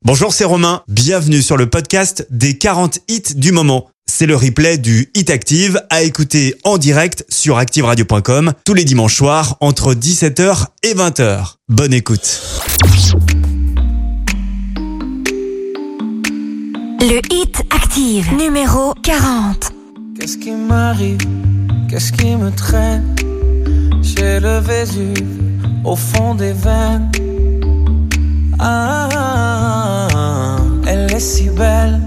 Bonjour, c'est Romain. Bienvenue sur le podcast des 40 hits du moment. C'est le replay du Hit Active à écouter en direct sur activeradio.com tous les dimanches soirs entre 17h et 20h. Bonne écoute. Le Hit Active, numéro 40. Qu'est-ce qui m'arrive? Qu'est-ce qui me traîne? J'ai le Vésuve au fond des veines. Ah, elle est si belle,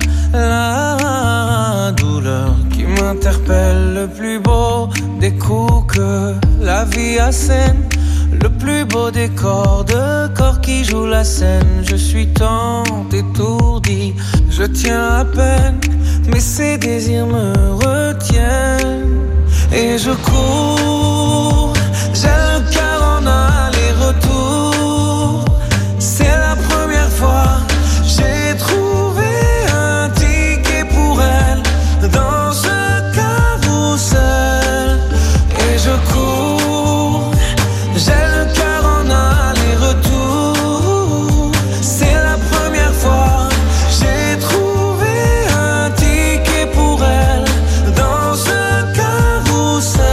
la douleur qui m'interpelle. Le plus beau des coups que la vie assène, le plus beau des corps qui jouent la scène. Je suis tant étourdi, je tiens à peine, mais ces désirs me retiennent. Et je cours, j'ai le cœur en aller-retour. C'est la première fois, j'ai trouvé un ticket pour elle dans ce carrousel. Et je cours, j'ai le cœur en aller-retour. C'est la première fois, j'ai trouvé un ticket pour elle dans ce carrousel.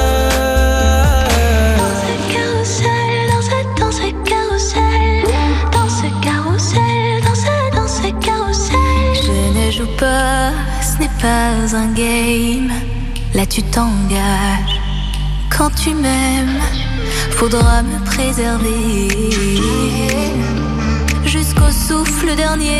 Ce n'est pas un game, là tu t'engages. Quand tu m'aimes, faudra me préserver jusqu'au souffle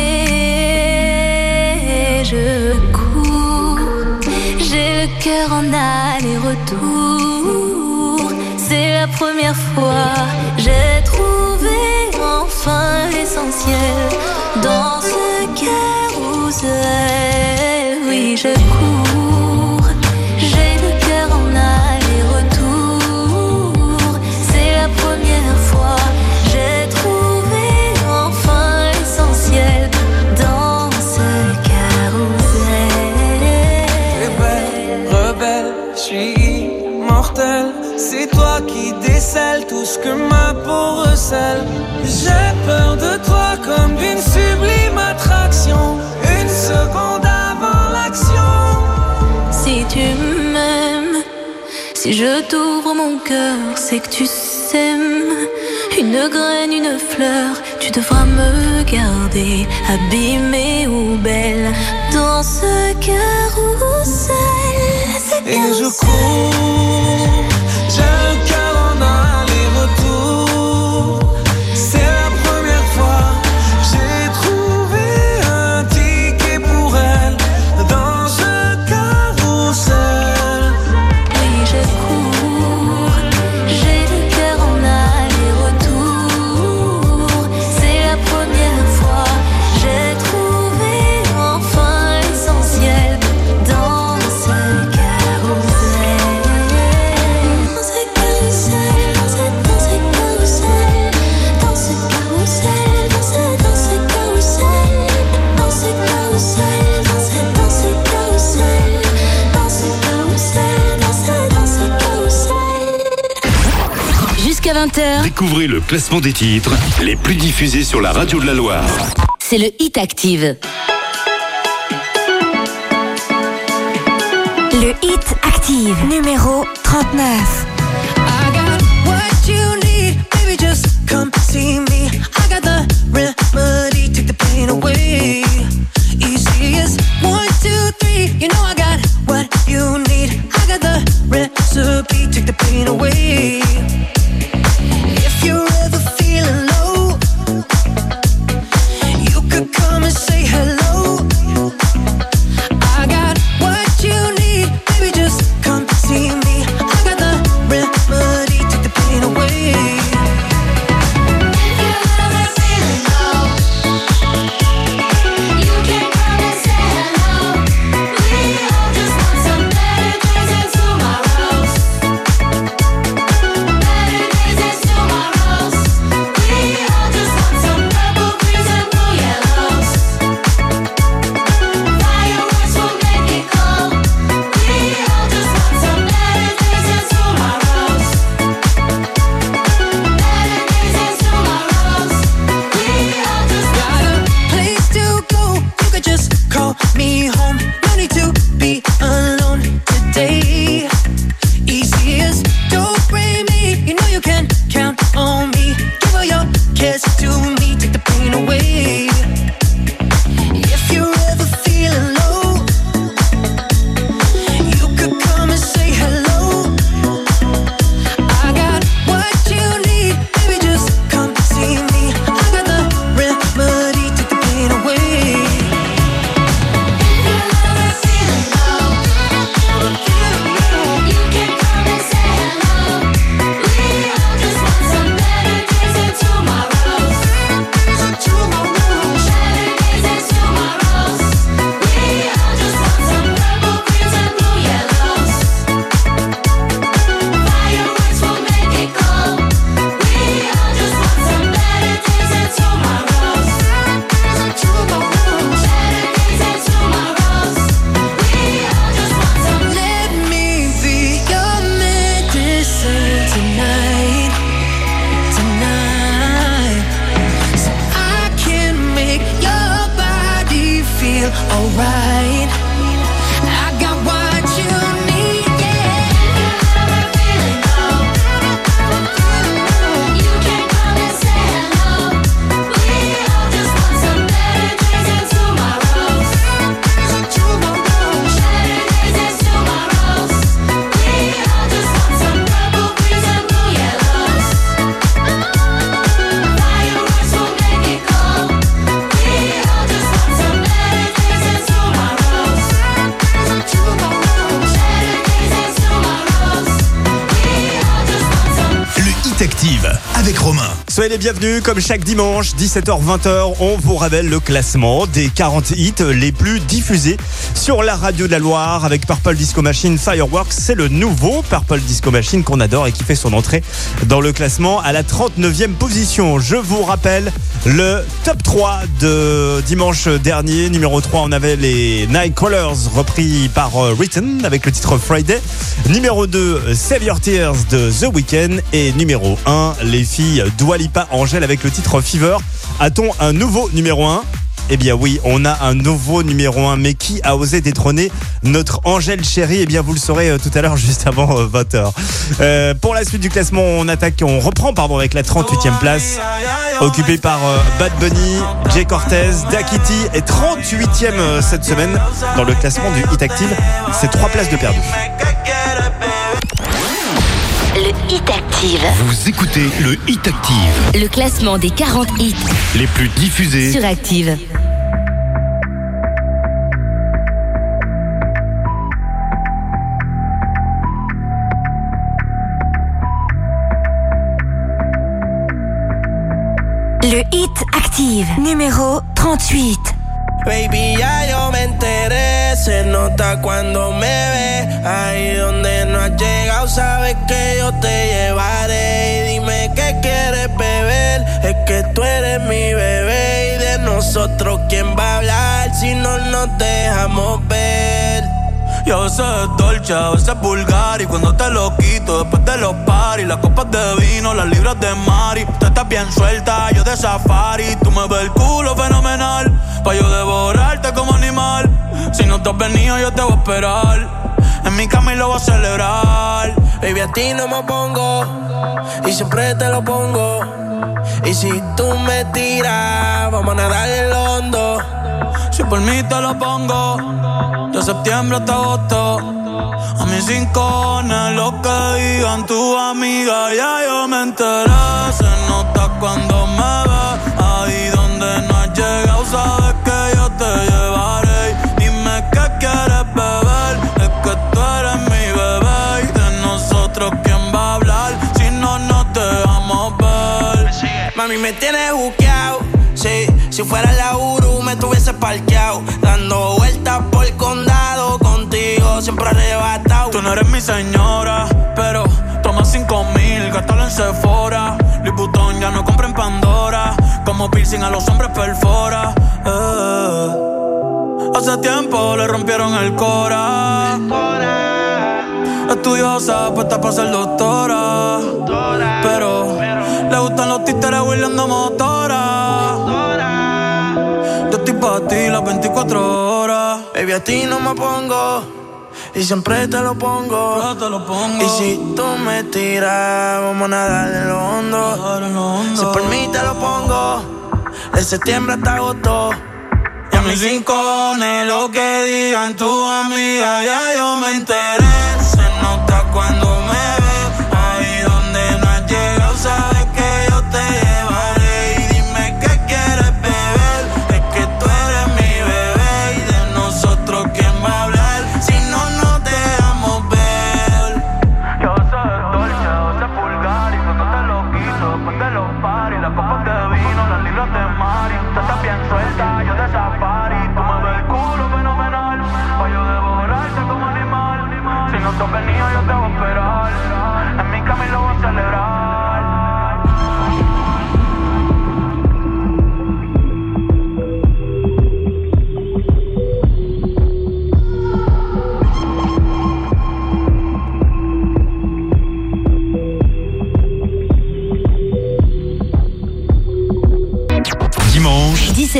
dernier. Je cours, j'ai le cœur en aller-retour. C'est la première fois, j'ai trouvé enfin l'essentiel dans ce carrousel. Oui, je cours, j'ai le cœur en aller-retour. C'est la première fois, j'ai trouvé enfin l'essentiel dans ce carrousel. T'es belle, rebelle, je suis immortel. C'est toi qui décèles tout ce que ma peau recèle. J'ai peur de toi comme d'une sublime attraction, une seconde avant l'action. Si tu m'aimes, si je t'ouvre mon cœur, c'est que tu sèmes une graine, une fleur. Tu devras me garder, abîmée ou belle, dans ce carrousel. Et je cours, j'ai le cœur en aller-retour. C'est la première fois, j'ai trouvé un ticket pour elle dans ce carrousel. Oui, je cours, j'ai le cœur en aller-retour. C'est la première fois, j'ai trouvé enfin l'essentiel dans ce carrousel. Dans ce carrousel, dans ce carrousel, dans ce carrousel, dans ce carrousel, dans ce carrousel, dans ce carrousel, dans ce carrousel. Jusqu'à 20h, Découvrez le classement des titres les plus diffusés sur la radio de la Loire. C'est le Hit Active. Le Hit Active, numéro 39. I got what you need, baby, just come see me. I got the remedy, take the pain away. Easy as 1, 2, 3, you know I got what you need. I got the recipe, take the pain away. If you're ever feeling low, you could come and say hello. I got what you need, baby, just come see me. I got the remedy, take the pain away. If you're ever feeling low, feel alright. I got what you need, yeah. Feeling low. You can come and say hello. We all just want some better days and tomorrows. Better days and tomorrows. We all just want some purple breeze and blue yellows. Fireworks will make it cold. We all just want some better days and tomorrows. Better days and tomorrows. We all just want some. Le Hit Active avec Romain. Soyez les bienvenus, comme chaque dimanche, 17h-20h, on vous révèle le classement des 40 hits les plus diffusés sur la radio de la Loire avec Purple Disco Machine Fireworks. C'est le nouveau Purple Disco Machine qu'on adore et qui fait son entrée dans le classement à la 39e position. Je vous rappelle le top 3 de dimanche dernier. Numéro 3, on avait les Nightcrawlers repris par Written avec le titre Friday. Numéro 2, Save Your Tears de The Weeknd. Et numéro 1, les filles Dua Lipa Angèle avec le titre Fever. A-t-on un nouveau numéro 1 ? Eh bien oui, on a un nouveau numéro 1, mais qui a osé détrôner notre Angèle chérie ? Eh bien vous le saurez tout à l'heure, juste avant 20h. Pour la suite du classement, on reprend avec la 38e place, occupée par Bad Bunny, Jay Cortez, Dakiti, et 38e cette semaine dans le classement du Hit Active. C'est 3 places de perdu. Le Hit Active. Vous écoutez le Hit Active. Le classement des 40 hits Les plus diffusés sur Active. Le Hit Active, numéro 38. Baby, ya yo me enteré, se nota cuando me ves. Ahí donde no has llegado, sabes que yo te llevaré. Y dime qué quieres beber, es que tú eres mi bebé. Y de nosotros, ¿quién va a hablar si no nos dejamos ver? Y a veces es dolce, a veces es vulgar. Y cuando te lo quito, después de los party, las copas de vino, las libras de Mari. Tú estás bien suelta, yo de safari. Tú me ves el culo fenomenal, pa' yo devorarte como animal. Si no te has venido, yo te voy a esperar en mi cama y lo voy a celebrar. Baby, a ti no me pongo y siempre te lo pongo. Y si tú me tiras, vamos a nadar en el hondo. Si por mí te lo pongo, de septiembre hasta agosto. A mis rincones, lo que digan tu amiga, ya yo me enteré. Se nota cuando me ves, ahí donde no has llegado, sabes que yo te llevaré. Dime qué quieres beber, es que tú eres mi bebé. Y de nosotros, ¿quién va a hablar si no nos dejamos ver? Mami, me tienes buqueado, sí. Si fuera la Uru me tuviese parqueado, dando vueltas por el condado, contigo siempre arrebatado. Tú no eres mi señora, pero toma 5,000, gástalo en Sephora. Louis Vuitton ya no compra en Pandora, como piercing a los hombres perfora. Hace tiempo le rompieron el cora. Estudiosa, puesta para ser doctora, pero le gustan los títeres huirleando motora. Yo estoy pa' ti las 24 horas. Baby, a ti no me pongo y siempre te lo pongo. Yo te lo pongo. Y si tú me tiras, vamos a nadar en lo hondo. Si por mí te lo pongo, de septiembre hasta agosto. Y a mis rincones, lo que digan tu amiga, ya yo me enteré. Se nota cuando me ves, ahí donde no has llegado, sabes que yo te llevaré. Y dime qué quieres beber, es que tú eres mi bebé. Y de nosotros, ¿quién va a hablar si no nos dejamos ver? Y a veces es dolce, a veces es vulgar. Y cuando te lo quito, después de los party, las copas de vino, las libras de Mari. Tú estás bien suelta, yo de safari. Tú me ves el culo fenomenal, pa' yo devorarte como animal. Si no te has venido, yo te voy a esperar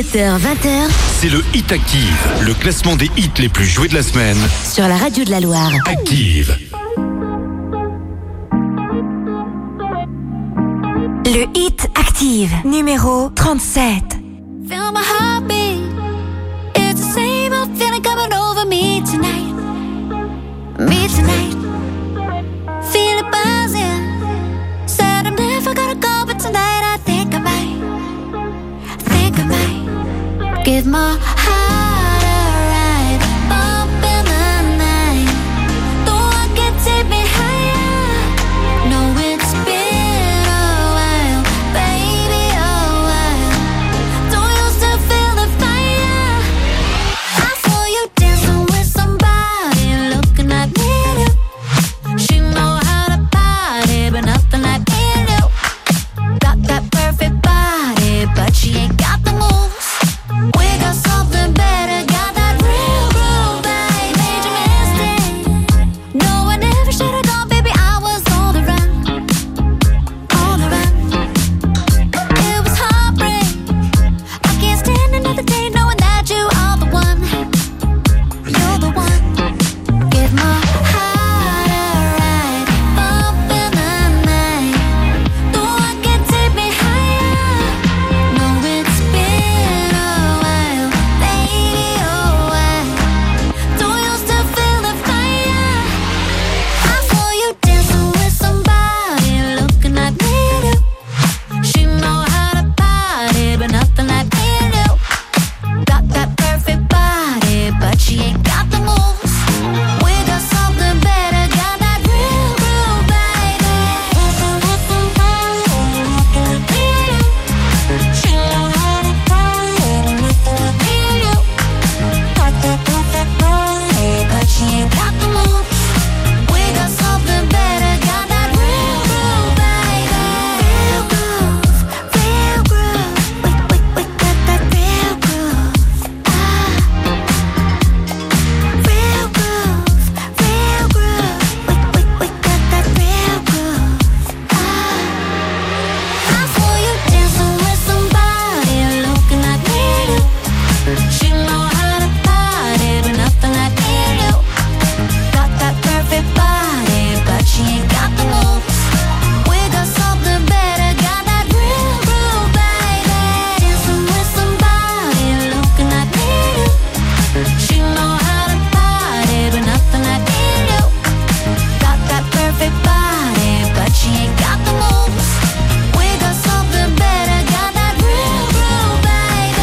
18h-20h, C'est le Hit Active, le classement des hits les plus joués de la semaine. sur la radio de la Loire. Active. Le Hit Active, numéro 37. Feel my heartbeat. It's the same old feeling coming over me tonight. Me tonight. Feel it buzzing. Said I'm never gonna go, but tonight I think I might. Give my heart a ride. Up in the night. The one can take me higher. No, it's been a while, baby, a while. Don't you still feel the fire? I saw you dancing with somebody looking like me too. She know how to party, but nothing like me do. Got that perfect body, but she ain't got the moves. We got something better, got that real groove, babe. Made you mistake. No, I never should've gone, baby. I was on the run, on the run. It was heartbreak. I can't stand another day knowing that you are the one. You're the one. Give my heart a ride. Up in the night. The one can take me higher. No, it's been a while, baby, oh why? Don't you still feel the fire? I saw you dancing with somebody looking like me too. She know how to party, but nothing like me do. Got that perfect body, but she ain't got the moves. We got something better, got that real groove, baby. She know how to party, but nothing like me do. Got that perfect body, but she ain't got the moves. We got something better, got that real groove, baby. Real groove, real groove. We got that real groove. Real groove, real groove. We got that real groove. I saw you dancing with somebody looking like me too. She know how to party, but nothing like me do. Got that perfect body, but she ain't got the moves. We got something better, got that real groove, baby. Dancing with somebody looking like me too. She know how to party, but nothing like me do. Got that perfect body, but she ain't got the moves. We got something better, got that real groove, baby.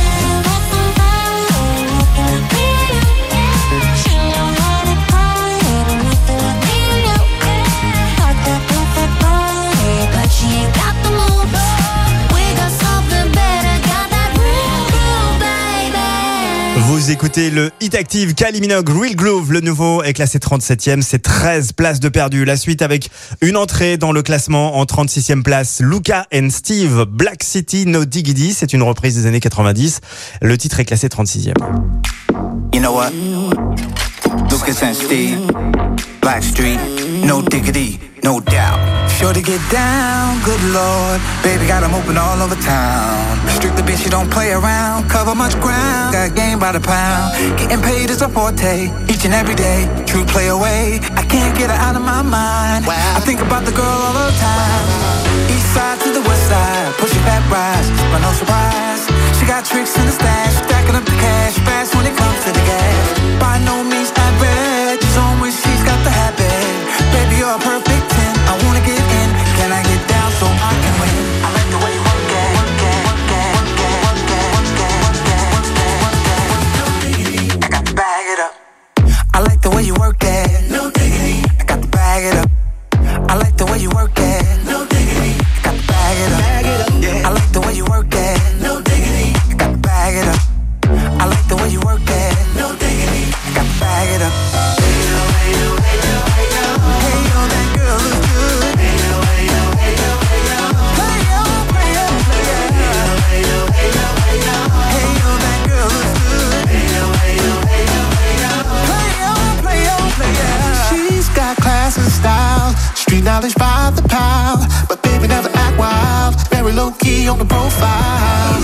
She know how to party, but nothing like me do. Got that perfect body, but she ain't got the moves. We got something better, got that real groove, baby. Vous écoutez le Hit Active, Kylie Minogue, Real Groove. Le nouveau est classé 37e, c'est 13 places de perdu. La suite avec une entrée dans le classement en 36e place. Luca and Steve, Black City No Diggity. C'est une reprise des années 90. Le titre est classé 36e. You know what? Lucas and Steve, Black Street, no diggity, no doubt. Sure to get down, good lord. Baby got 'em open all over town. Strictly bitch, you don't play around. Cover much ground, got game by the pound. Getting paid is a forte, each and every day. True play away, I can't get her out of my mind. I think about the girl all the time. East side to the west side, pushing fat rides, but no surprise. She got tricks in the stash, stacking up the cash, fast when it comes to the gas. By no means average, it's on when she's got the habit. Baby, you're a perfect 10, I wanna get in. Can I get down so I can win? I like the way you work it, work it, work it, work it, work it, work it, work it, work it. I got to bag it up. I like the way you work it. No diggity. I got to bag it up. I like the way you work it. No diggity. I got to bag it up. Bag it up. Yeah. I like the way you work it. No diggity. I got to bag it up. I like the way you work it. No diggity. I got to bag it up. Hey yo, hey yo, hey yo, hey yo. Hey yo, that girl looks good. Hey yo, hey yo, hey yo, hey yo. Play yo, play yo, play yo. Hey yo, hey yo, hey yo, hey yo. Hey yo, that girl looks good. Hey yo, hey yo, hey yo, hey yo. Play yo, play yo, play yo. She's got class and style, street knowledge by the pound, but baby never act wild. Very low key on the profile.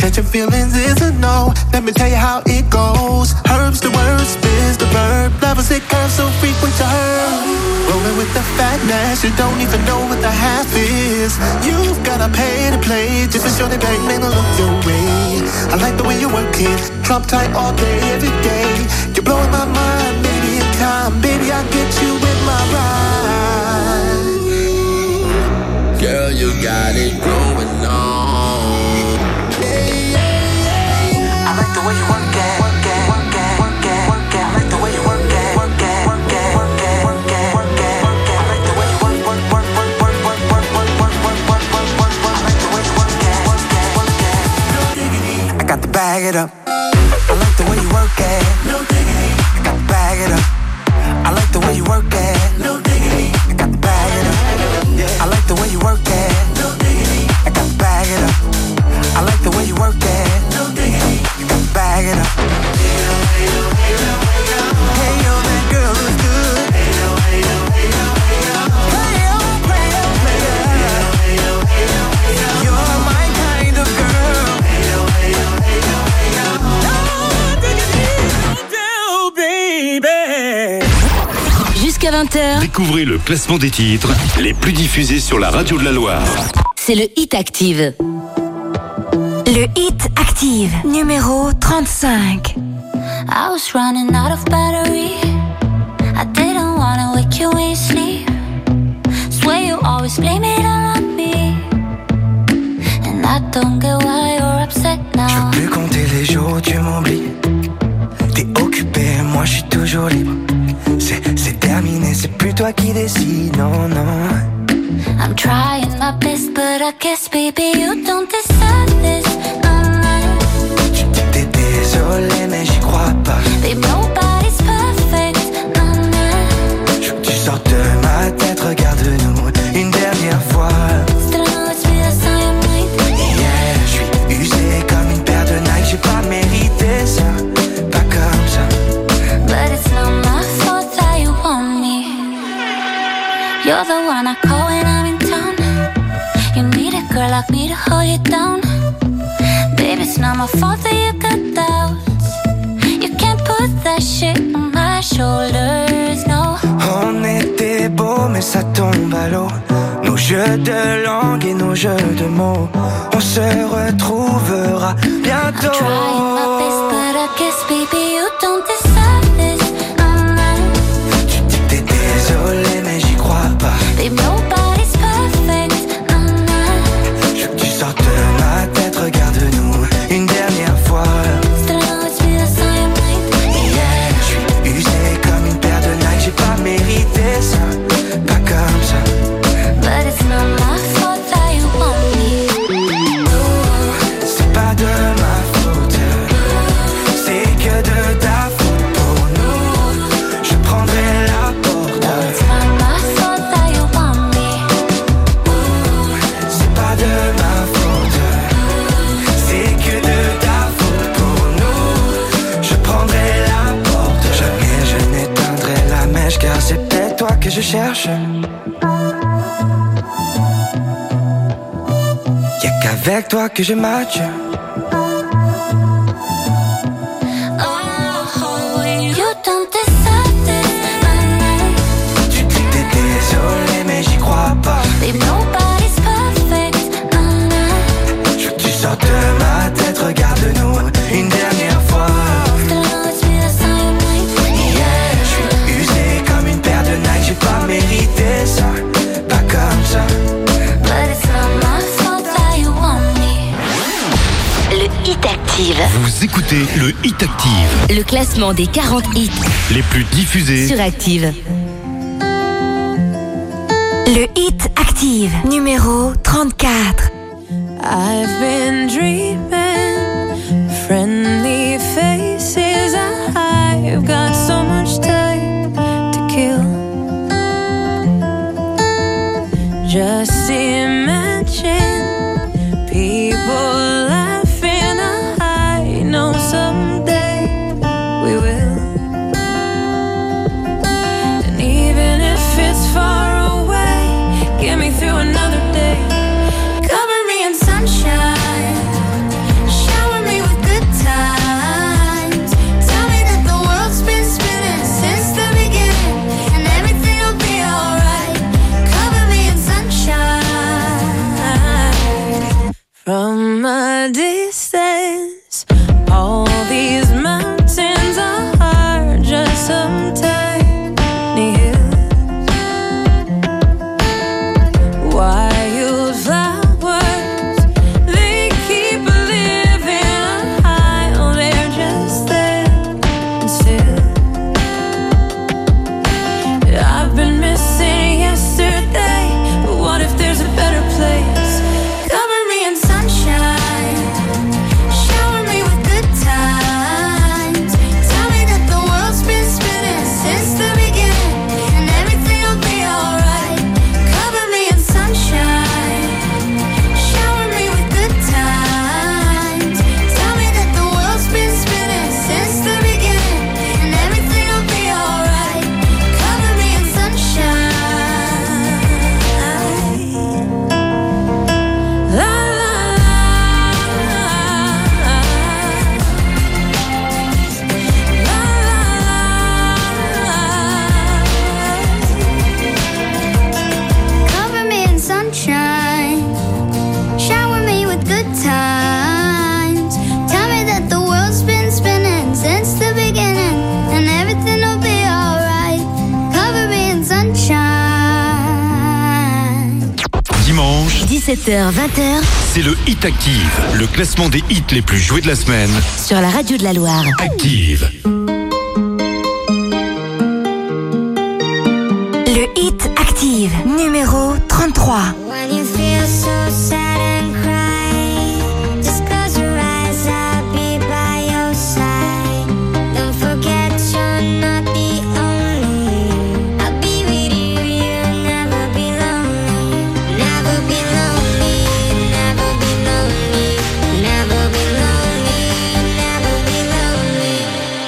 catching feelings is a no. Let me tell you how it goes. Herbs the word, spins the verb. Lovers it curves so frequent to her. Rolling with the fatness, you don't even know what the half is. You've gotta pay to play just to show the bank man to look your way. I like the way you work it, drop tight all day, every day. You're blowing my mind, maybe in time, baby I'll get you in my ride. Girl, you got it going on. I like the way you work it, work it, work it, work it, work it. I like the way you work it, work it, work it, work it, work it, work it, work it. I like the way you work, work, work, work, work, work, work, work, work, work, work, work, work, work. I like the way you work it, work it, work it. No diggity, I got to bag it up. I like the way you work it. No diggity, I got to bag it up. I like the way you work it. No diggity, I got to bag it up. I like the way you work it. No diggity, I got to bag it up. I like the way you work it. No diggity, I got to bag it up. Hey yo, that girl looks good. Hey yo, hey yo, hey yo, hey yo. Hey yo, play yo, play yo. Hey yo, hey yo, hey yo. You're my kind of girl. Hey yo, hey yo, hey yo, hey yo. No diggity, no baby. Jusqu'à 20h. Découvrez le classement des titres les plus diffusés sur la radio de la Loire. C'est le Hit Active. Le Hit Active, numéro 35. I was running out of battery. I didn't wanna wake you when you sleep. Swear you always blame it all on me. And I don't get why you're upset now. Je veux plus compter les jours où tu m'oublies. T'es occupé, moi je suis toujours libre. C'est terminé, c'est plus toi qui décides, non, non. I'm trying my best, but I guess, baby, you don't deserve this. Tu dis que t'es désolé, mais j'y crois pas. Babe, nobody's perfect. Je veux que tu sortes de ma tête, regarde-nous une dernière fois. Yeah, je suis usé comme une paire de Nike, j'ai pas mérité ça, pas comme ça. But it's not my fault that you want me. You're the one I call when I'm in town. You need a girl like me to hold you down. Baby, it's not my fault that you got doubts. You can't put that shit on my shoulders, no. On était beaux, mais ça tombe à l'eau. Nos jeux de langue et nos jeux de mots. On se retrouvera bientôt. I'm trying my best, but I guess, baby, you don't deserve this. Tu dis que t'es désolé, mais j'y crois pas. Babe, nobody's perfect. Je veux que tu sortes de ma tête, regarde-nous une dernière fois. Yeah, je suis usé comme une paire de Nike, j'ai pas mérité ça, pas comme ça. But it's not my fault that you want me. C'est pas de ma faute, c'est que de ta faute pour nous. Je prendrai la porte. It's not my fault that you want me. C'est pas de ma faute, c'est que de ta faute pour nous. Je prendrai la porte. Jamais je n'éteindrai la mèche, car c'est peut-être toi que je cherche. Y'a qu'avec toi que je match. You don't deserve this. Tu dis que t'es désolé, mais j'y crois pas. Babe, nobody's perfect. Je veux que tu sortes de ma tête, regarde-nous une dernière fois. Yeah, je suis usé comme une paire de Nike, j'ai pas mérité ça, pas comme ça. But it's not my fault that you want me. Le Hit Active. Vous écoutez le Hit Active. Le classement des 40 hits Les plus diffusés sur Active. Le Hit Active, numéro 34. I've been dreaming, friendly faces. I've got so much time to kill. Just imagine people laughing. I know someday we will. And even if it's far away, get me through another day. Cover me in sunshine, shower 17h, 20h. C'est le Hit Active, le classement des hits les plus joués de la semaine. Sur la radio de la Loire. Active. Le Hit Active, numéro 33. When you feel so sad and cry, just close your eyes, I'll be by your side. Don't forget you're not the only. I'll be with you, you'll never be lonely. Never be lonely, never be lonely. Never be lonely, never be lonely.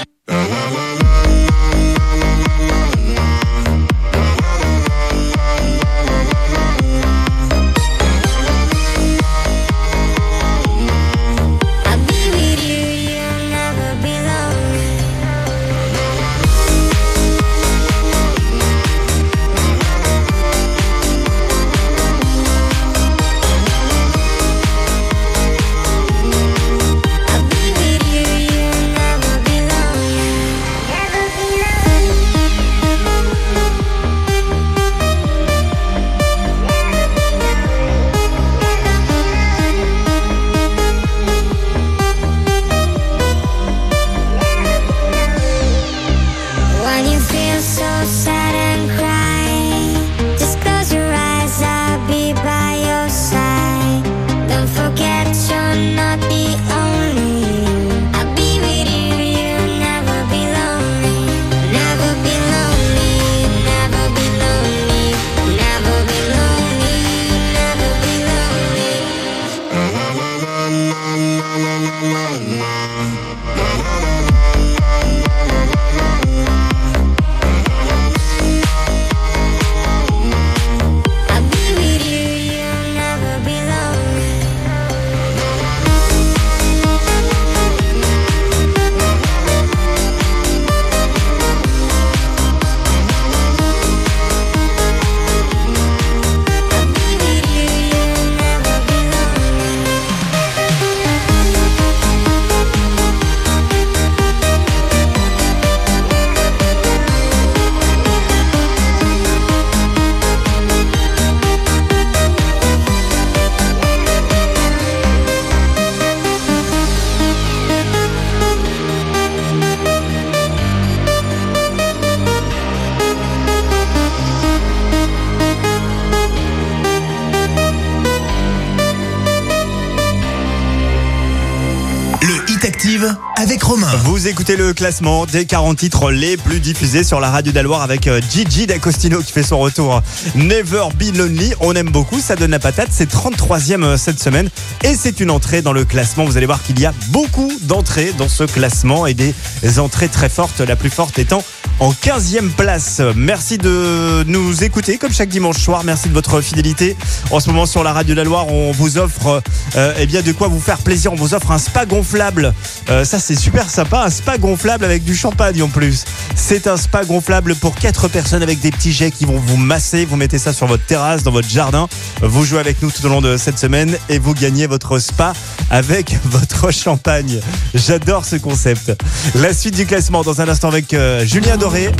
avec Romain. Vous écoutez le classement des 40 titres les plus diffusés sur la radio d'Aloire avec Gigi D'Agostino qui fait son retour. Never Be Lonely, on aime beaucoup, ça donne la patate, c'est 33e cette semaine et c'est une entrée dans le classement. Vous allez voir qu'il y a beaucoup d'entrées dans ce classement et des entrées très fortes, la plus forte étant en 15e place. Merci de nous écouter comme chaque dimanche soir, merci de votre fidélité. En ce moment sur la radio de la Loire, on vous offre bien de quoi vous faire plaisir, on vous offre un spa gonflable. Ça c'est super sympa, un spa gonflable avec du champagne en plus. C'est un spa gonflable pour 4 personnes avec des petits jets qui vont vous masser. Vous mettez ça sur votre terrasse, dans votre jardin. Vous jouez avec nous tout au long de cette semaine et vous gagnez votre spa avec votre champagne. J'adore ce concept. La suite du classement dans un instant avec Julien Doré.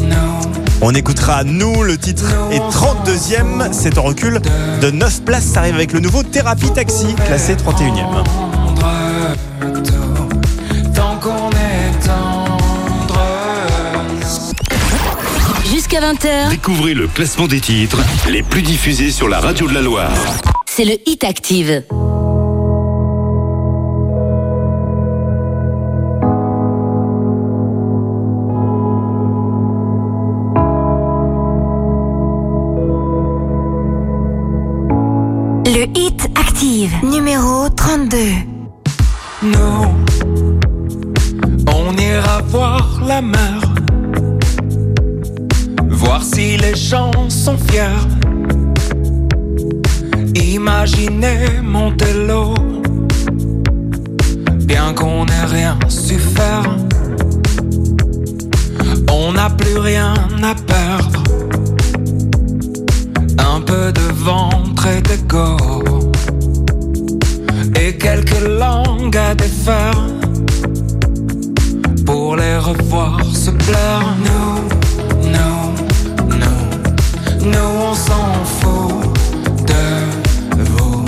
On écoutera Nous, le titre est 32e, c'est en recul de 9 places, ça arrive avec le nouveau Thérapie Taxi, classé 31e. Jusqu'à 20h. Découvrez le classement des titres les plus diffusés sur la radio de la Loire. C'est le Hit Active. Le Hit Active, numéro 32. Nous, on ira voir la mer, voir si les gens sont fiers. Imaginez Montello, bien qu'on n'ait rien su faire. On n'a plus rien à perdre. Un peu de ventre et d'ego et quelques langues à défaire pour les revoir se plaire. Nous, on s'en fout de vous.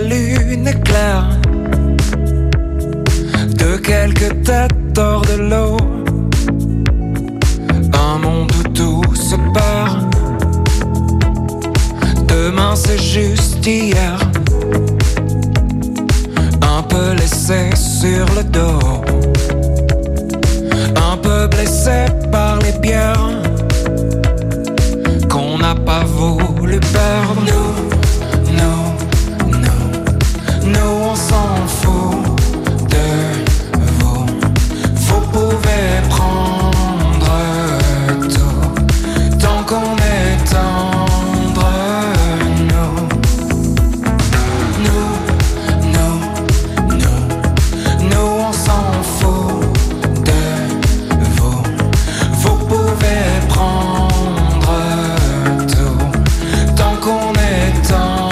lune éclaire de quelques têtes hors de l'eau. Un monde où tout se perd. Demain c'est juste hier. Un peu laissé sur le dos. Un peu blessé par les pierres qu'on n'a pas voulu perdre. Nous on s'en fout de vous. Vous pouvez prendre tout tant qu'on est tendre. Nous on s'en fout de vous. Vous pouvez prendre tout tant qu'on est tendre.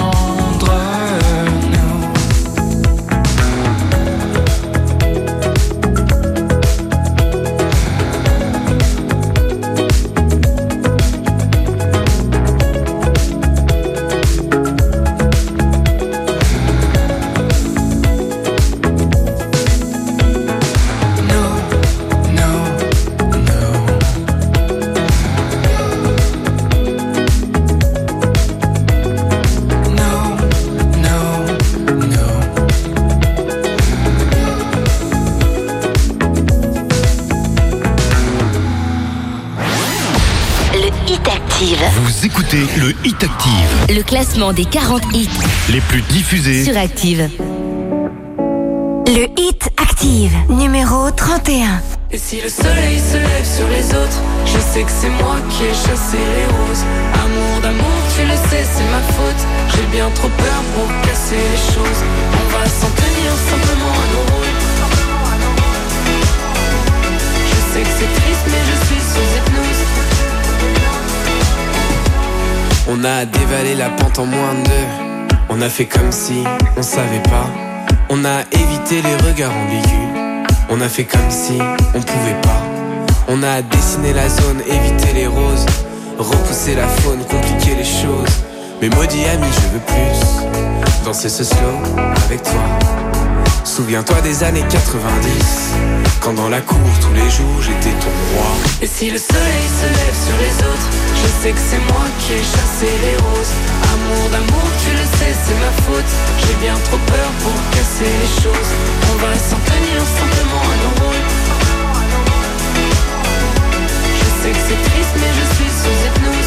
Vous écoutez le Hit Active. Le classement des 40 hits Les plus diffusés sur Active. Le Hit Active, numéro 31. Et si le soleil se lève sur les autres, je sais que c'est moi qui ai chassé les roses. Amour d'amour, tu le sais, c'est ma faute. J'ai bien trop peur pour casser les choses. On va s'en tenir simplement à nos rôles. Je sais que c'est triste, mais je suis sous hypnose. On a dévalé la pente en moins de 2. On a fait comme si on savait pas. On a évité les regards ambigus. On a fait comme si on pouvait pas. On a dessiné la zone, évité les roses. Repousser la faune, compliquer les choses. Mais maudit ami, je veux plus danser ce slow avec toi. Souviens-toi des années 90, quand dans la cour tous les jours j'étais ton roi. Et si le soleil se lève sur les autres, je sais que c'est moi qui ai chassé les roses. Amour d'amour, tu le sais, c'est ma faute. J'ai bien trop peur pour casser les choses. On va s'en tenir simplement à nos rôles. Je sais que c'est triste, mais je suis sous hypnose.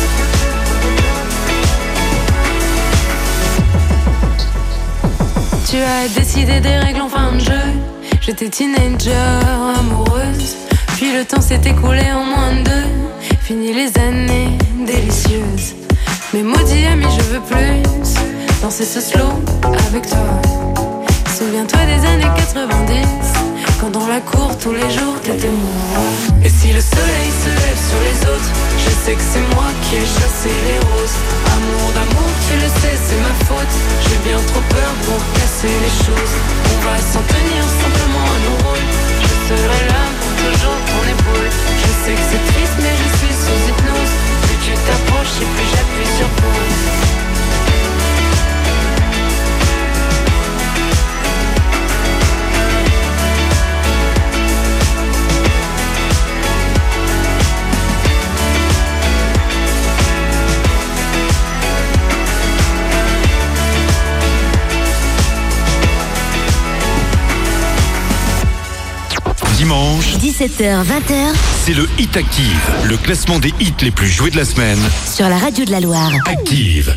Tu as décidé des règles en fin de jeu. J'étais teenager, amoureuse. Puis le temps s'est écoulé en moins de 2. Fini les années délicieuses. Mais maudit ami, je veux plus danser ce slow avec toi. Souviens-toi des années 90, quand dans la cour tous les jours t'étais moi. Et si le soleil se lève sur les autres, je sais que c'est moi qui ai chassé les roses. Amour d'amour, tu le sais, c'est ma faute. J'ai bien trop peur pour casser les choses. On va s'en tenir simplement à nos rôles. Je serai là pour toujours ton épaule. Je sais que c'est triste mais je suis sous hypnose. Plus tu t'approches et plus j'appuie sur pause. Dimanche, 17h-20h, c'est le Hit Active, le classement des hits les plus joués de la semaine. sur la radio de la Loire. Active.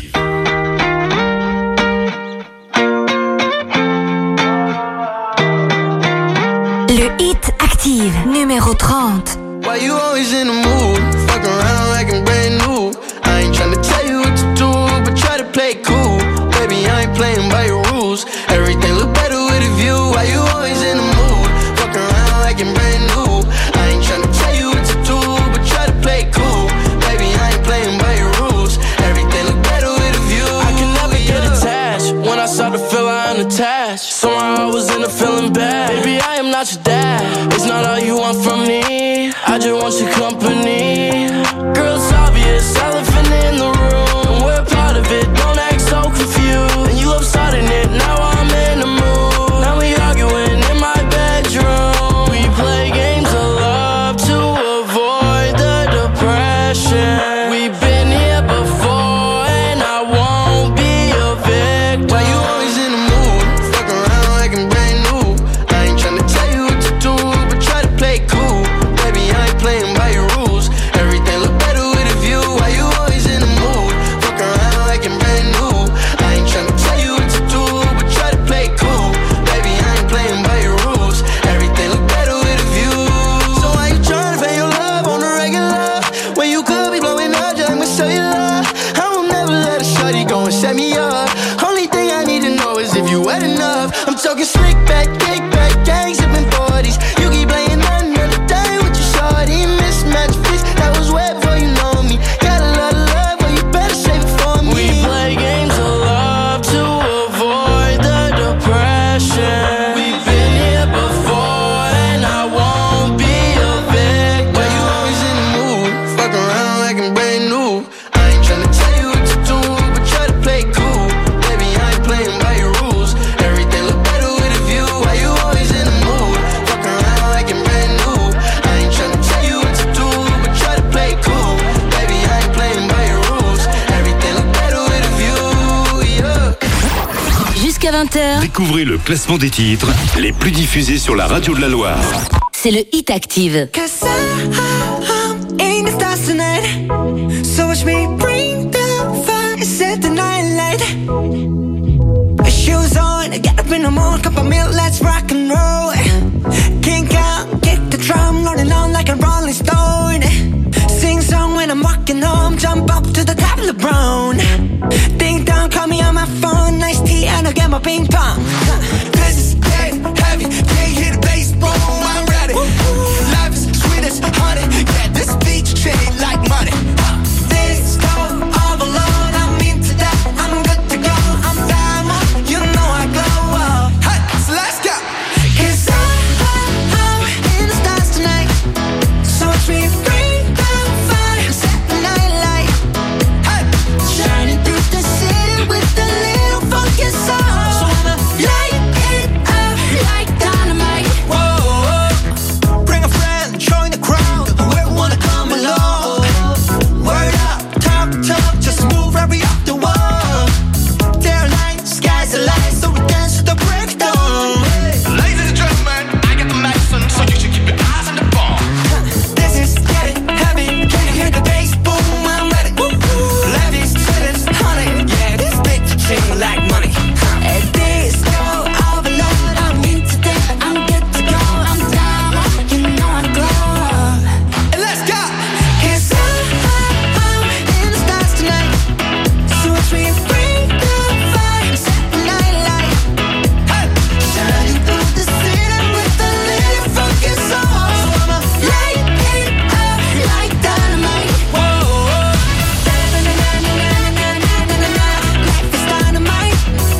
Le Hit Active, numéro 30. Why you always in the mood? Fuck around like I'm brand new. I ain't tryna tell you what to do, but try to play cool. Baby, I ain't playing by your rules. Everything look better with a view. Why you always in the mood? Fuck around like I'm brand new. I ain't tryna tell you what to do, but try to play cool. Baby, I ain't playing by your rules. Everything look better with a view. I can never get attached. When I start to feel I'm unattached, somehow I was in a feeling bad. Baby, I am not your dad. It's not all you want from me. I just want your company. Girl, it's obvious, elephant in the room. We're part of it, don't act so confused. And you love starting it, now 20h. Découvrez le classement des titres les plus diffusés sur la radio de la Loire. C'est le Hit Active. Cause I'm in the stars tonight. So watch me bring the fire, set the night light. Shoes on, get up in the morning, cup of milk, let's rock and roll. Kink out, kick the drum, rolling on like a rolling stone. Sing song when I'm walking home, jump up to the top of the brown. Ding dong, call me on my phone, nice tea and I'll get my ping pong. This is getting heavy, can't hear the bass, boom, I'm ready. Life is sweet as honey, yeah, this beat chain like money. This go all alone, I'm into that, I'm good to go, I'm diamond, you know I glow. Hey, so let's go. Cause I'm in the stars tonight, so watch me bring the fire, set the night light. Hey, shining through the city with a little funky soul. So I'ma light it up like dynamite. Whoa, bring a friend, join the crowd, whoever wanna come along. Word up, talk, just move right up the wall. They're light, sky's the light, so we dance to the breakdown. Ladies and gentlemen, I got the medicine, so you should keep your eyes on the ball. This is getting heavy, can you hear the bass boom? I'm ready. Levi's, sweetest honey, yeah, this bitch chain like money. This go overload, I'm into that, I'm good to go, I'm down, you know I glow. And let's go. Cause I'm in the stars tonight, so watch me bring the fire, set the night light. Hey, shining through the city with a little funky soul. So I'ma light it up like dynamite. Whoa, na-na-na-na-na-na-na-na-na-na. Life is dynamite.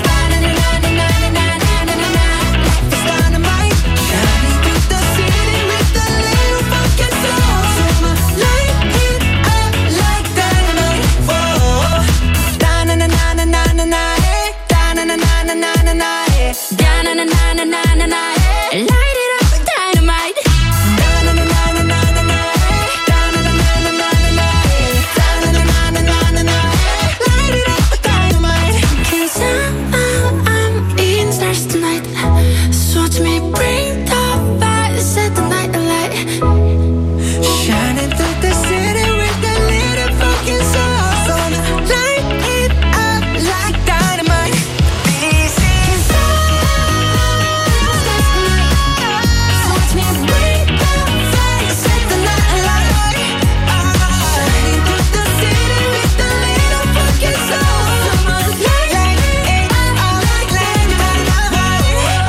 Na-na-na-na-na-na-na-na-na-na. Life is dynamite. Shining through the city with a little funky soul. So I'ma light it up like dynamite. Whoa, da-na-na-na-na-na-na-na, eh. Da-na-na-na-na-na-na-na, eh. Da-na-na-na-na-na-na, eh. Light it up like dynamite. Da-na-na-na-na-na-na, eh. Da-na-na-na-na-na-na, eh. Da-na-na-na-na-na-na, eh. Light it up like dynamite. 'Cause I'm in the stars tonight. So watch me bring the fire, set the night alight. Shining through the city with a little funky soul. So I'ma light it up like dynamite. This is so watch me bring the fire, set the night alight. Shining through the city with a little funky soul. So I'ma light it up like dynamite.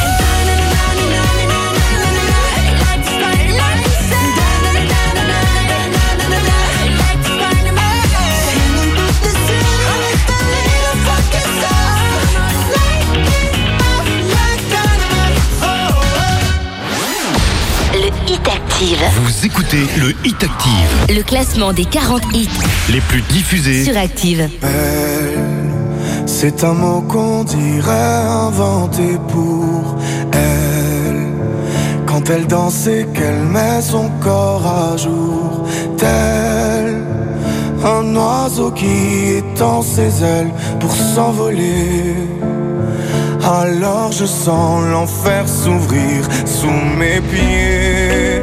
Le Hit Active. Vous écoutez le Hit Active, Le classement des 40 hits les plus diffusés. sur Active. Belle, c'est un mot qu'on dirait inventé pour elle. Quand elle danse et qu'elle met son corps à jour, tel un oiseau qui étend ses ailes pour s'envoler. Alors je sens l'enfer s'ouvrir sous mes pieds.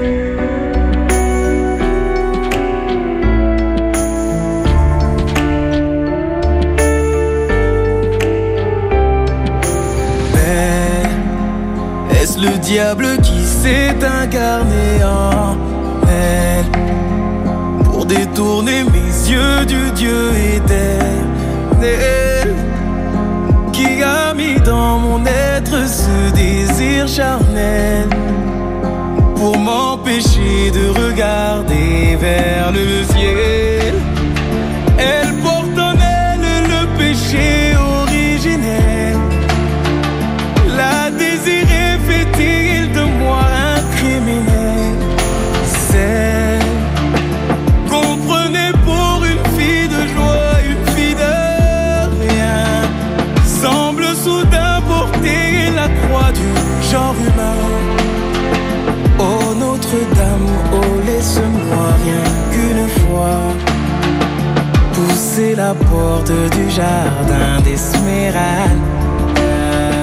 Mais est-ce le diable qui s'est incarné en elle pour détourner mes yeux du Dieu éternel qui a mis dans mon être ce désir charnel pour m'empêcher de regarder vers le ciel. Elle porte en elle le péché originel, la désirée fait-il de moi un criminel. Celle qu'on prenait pour une fille de joie, une fille de rien, semble soudain porter la croix du genre humain. Oh Notre-Dame, oh laisse-moi rien qu'une fois pousser la porte du jardin d'Esmeralda.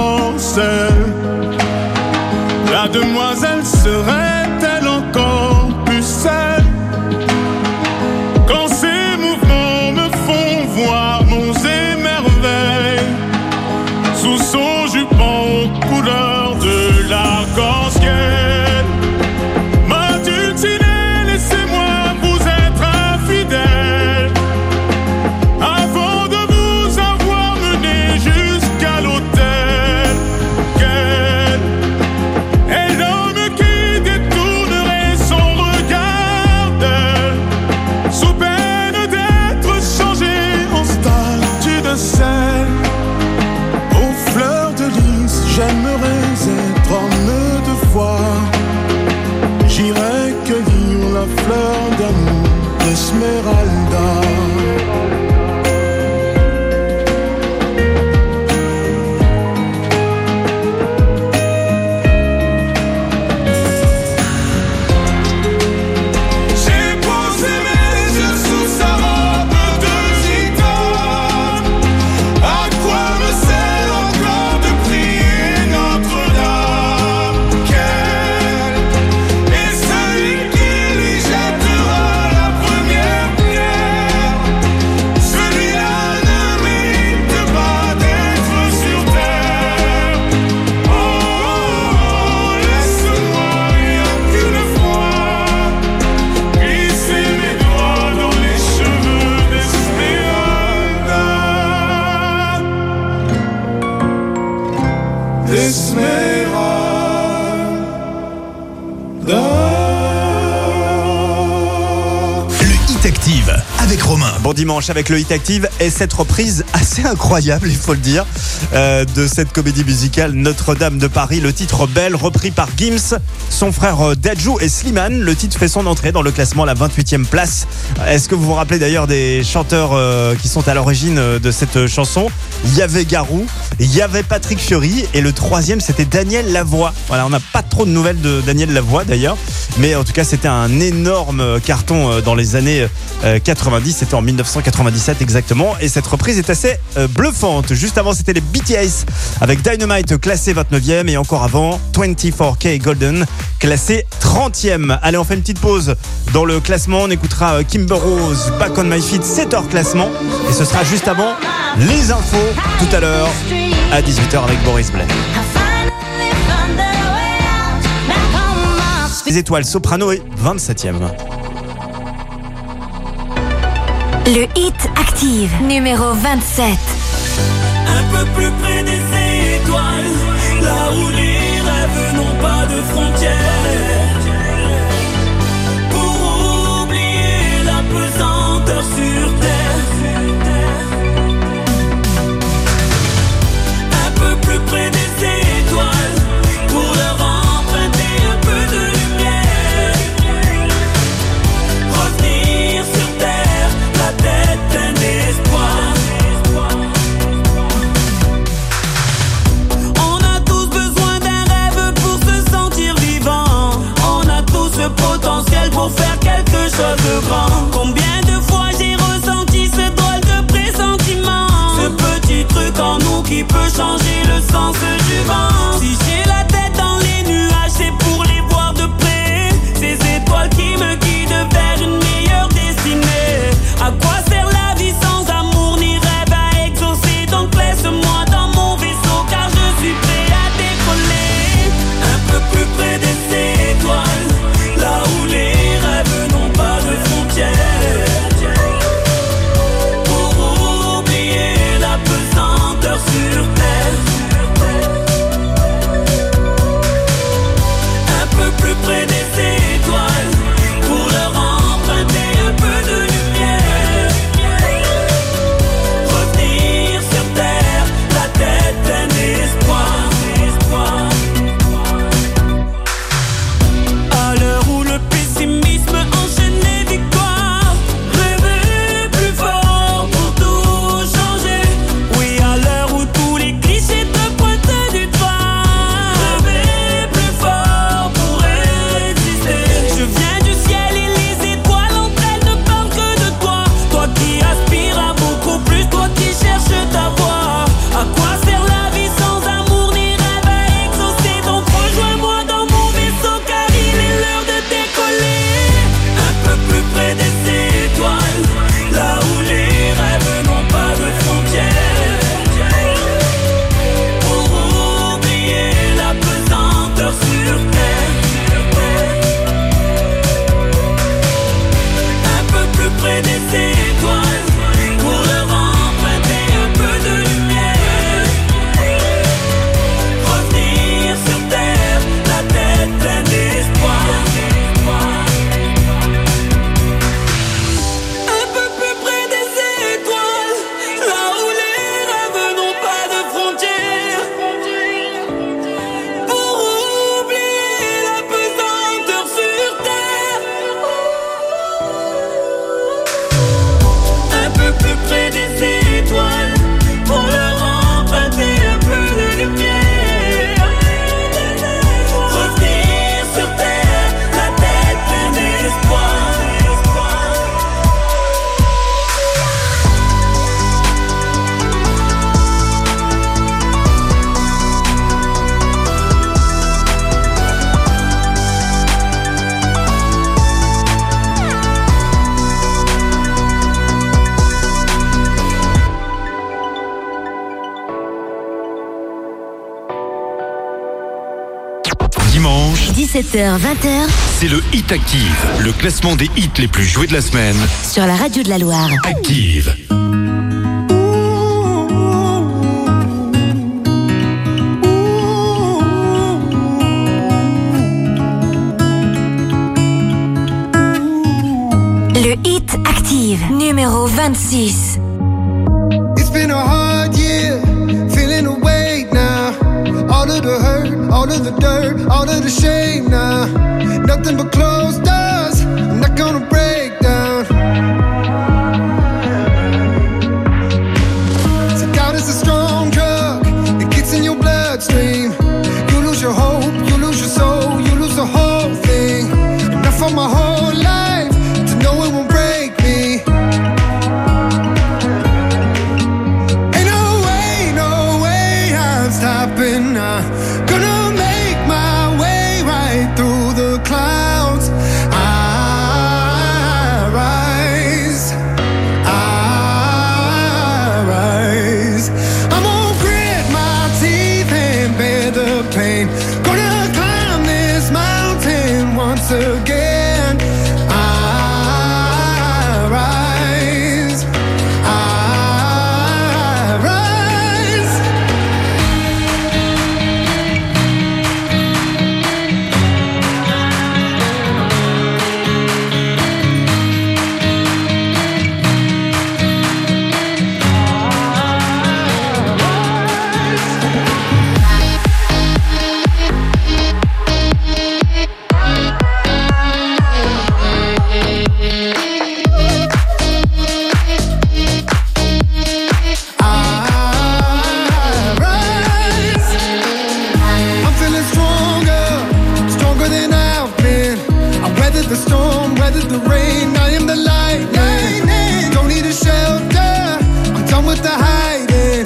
seule. La demoiselle serait-elle encore plus seule quand ses mouvements me font voir monts et merveilles sous son jupon aux couleurs de l'arc-en-ciel. Ma dulcinée, laissez-moi vous être infidèle avant de vous avoir mené jusqu'à l'autel. Quel est l'homme qui détournerait son regard d'elle sous peine d'être changé en statue de sel? Aux fleurs de lys, j'aimerais être homme de foi. J'irai cueillir la fleur d'amour d'Esmeralda. J'ai posé mes yeux sous sa robe de gitane. À quoi me sert encore de prier Notre-Dame? Quel est celui qui lui jettera la première pierre? Celui-là ne mérite pas d'être sur terre. Oh, laisse-moi rien qu'une fois glisser mes doigts dans les cheveux d'Esmeralda. Le Hit Active avec Romain. Bon dimanche avec le Hit Active et cette reprise assez incroyable, il faut le dire, de cette comédie musicale Notre-Dame de Paris. Le titre Belle, repris par Gims, son frère Dadju et Slimane. Le titre fait son entrée dans le classement à la 28e place. Est-ce que vous vous rappelez d'ailleurs des chanteurs qui sont à l'origine de cette chanson? Il y avait Garou, il y avait Patrick Fiori et le troisième c'était Daniel Lavoie. Voilà, on n'a pas trop de nouvelles de Daniel Lavoie d'ailleurs, mais en tout cas c'était un énorme carton dans les années 90, c'était en 1997 exactement, et cette reprise est assez bluffante. Juste avant c'était les BTS avec Dynamite classé 29e, et encore avant 24K Golden classé 30e. Allez, on fait une petite pause dans le classement, on écoutera Kimber Rose, Back on My Feet, c'est hors classement, et ce sera juste avant les infos tout à l'heure à 18h avec Boris Blais. Les étoiles, Soprano est 27e. Le Hit Active, numéro 27. Un peu plus près des étoiles, là où les rêves n'ont pas de frontières. Pour oublier la pesanteur sur terre. Un peu plus près des étoiles, pour leur emprunter un peu de lumière. Revenir sur terre, la tête pleine d'espoir. On dimanche, 17h-20h, c'est le Hit Active, le classement des hits les plus joués de la semaine. sur la radio de la Loire. Active. Le Hit Active, numéro 26. It's been a hard year, feeling the weight now. All of the hurt, all of the dirt, all of the shame now. Nothing but closed doors, I'm not gonna break down. So doubt is a strong drug, it gets in your bloodstream. You lose your hope, you lose your soul, you lose the whole thing. Enough for my whole life to know it won't break me. Stopping now, gonna make my way right through the clouds. I rise. I'm gonna grit my teeth and bear the pain. Gonna climb this mountain once again. I rise. The storm, weathered the rain, I am the lightning. Don't need a shelter, I'm done with the hiding.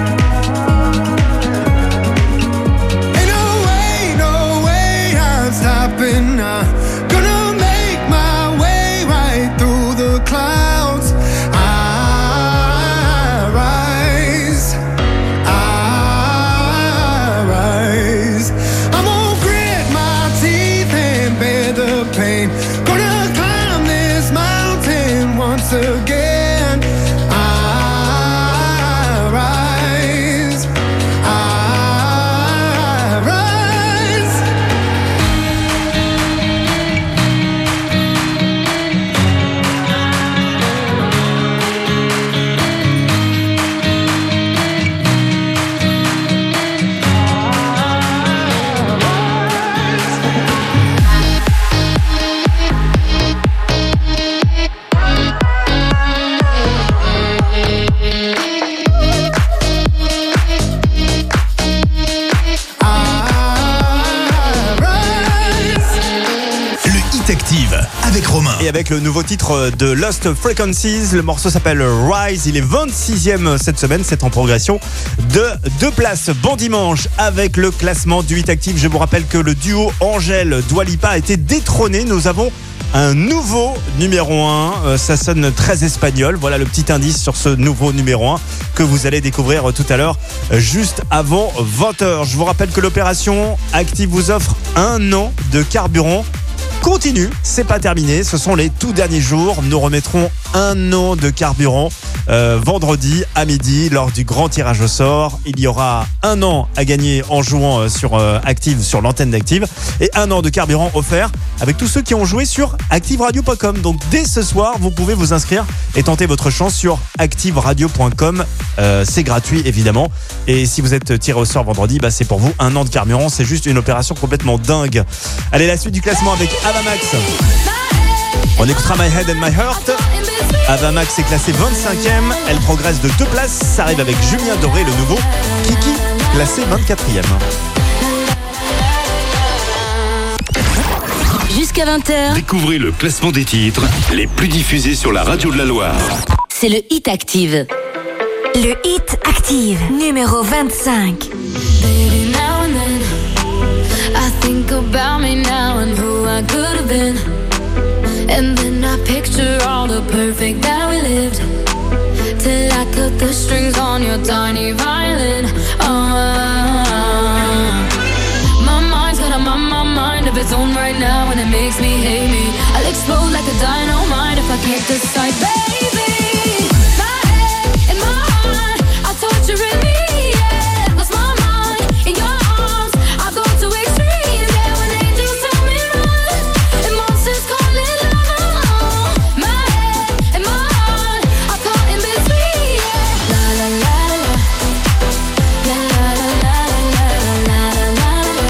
Ain't no way I'm stopping now. Gonna make my way right through the clouds. I rise. I'm gonna grit my teeth and bear the pain. Gonna climb this mountain once again. I rise. avec Romain. Et avec le nouveau titre de Lost Frequencies, le morceau s'appelle Rise, il est 26e cette semaine, c'est en progression de 2 places. Bon dimanche avec le classement du Hit Active. Je vous rappelle que le duo Angèle-Dua Lipa a été détrôné. Nous avons un nouveau numéro 1, ça sonne très espagnol. Voilà le petit indice sur ce nouveau numéro 1 que vous allez découvrir tout à l'heure, juste avant 20h. Je vous rappelle que l'opération Active vous offre 1 an de carburant. Continue, c'est pas terminé, ce sont les tout derniers jours. Nous remettrons 1 an de carburant vendredi à midi lors du grand tirage au sort. Il y aura 1 an à gagner en jouant sur Active, sur l'antenne d'Active, et 1 an de carburant offert avec tous ceux qui ont joué sur activeradio.com. Donc dès ce soir, vous pouvez vous inscrire et tenter votre chance sur activeradio.com. C'est gratuit évidemment, et si vous êtes tiré au sort vendredi, c'est pour vous 1 an de carburant. C'est juste une opération complètement dingue. Allez, la suite du classement avec Ava Max. On écoutera My Head and My Heart. Ava Max est classée 25e, elle progresse de 2 places. Ça arrive avec Julien Doré, le nouveau Kiki, classé 24e. Jusqu'à 20h. Découvrez le classement des titres les plus diffusés sur la radio de la Loire. C'est le Hit Active. Le Hit Active, numéro 25. Baby, now and then I think about me now and who I could have been. And then I picture all the perfect that we lived, till I cut the strings on your tiny violin. My mind's got a mind its own right now, and it makes me hate me. I'll explode like a dynamite if I can't decide, baby. My head and my heart are torturing me. Yeah, lost my mind in your arms. I go to extremes. Yeah, when angels tell me run, and monsters call it love. My head and my heart are caught in between. Yeah, la la la la, la la la la la la la la.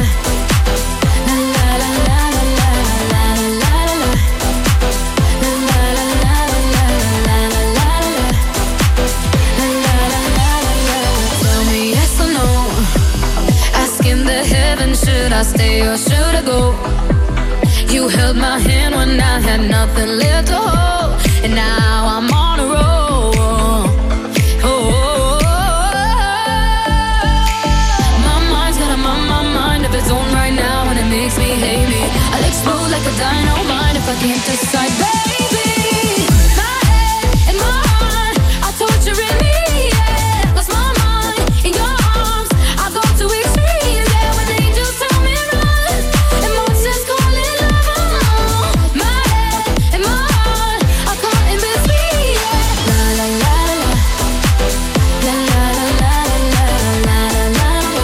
Should I stay or should I go? You held my hand when I had nothing left to hold, and now I'm on a roll. My mind's got my mind of its own right now, and it makes me hate me. I'll explode like a dynamite if I can't decide, baby. My head and my heart are torturing me. Yeah, lost my mind in your arms. I go to extremes. Yeah, when angels tell me run, and monsters call it love. My head and my heart are caught in between. Yeah, la la la la, la la la la la la la la.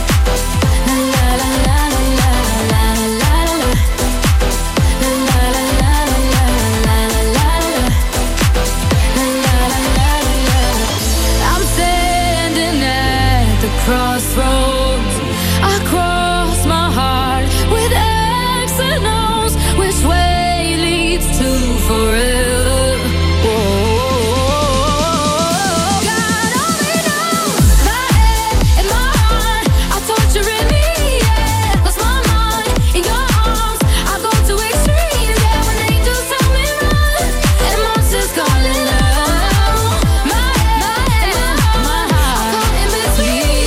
I'm standing at the crossroads. I cross my heart with X and O's. Which way leads to forever? God only knows. My head and my heart are torturing me. Yeah, lost my mind in your arms. I go to extremes. Yeah, when angels tell me run, and monsters call it love. My head and my heart are caught in between.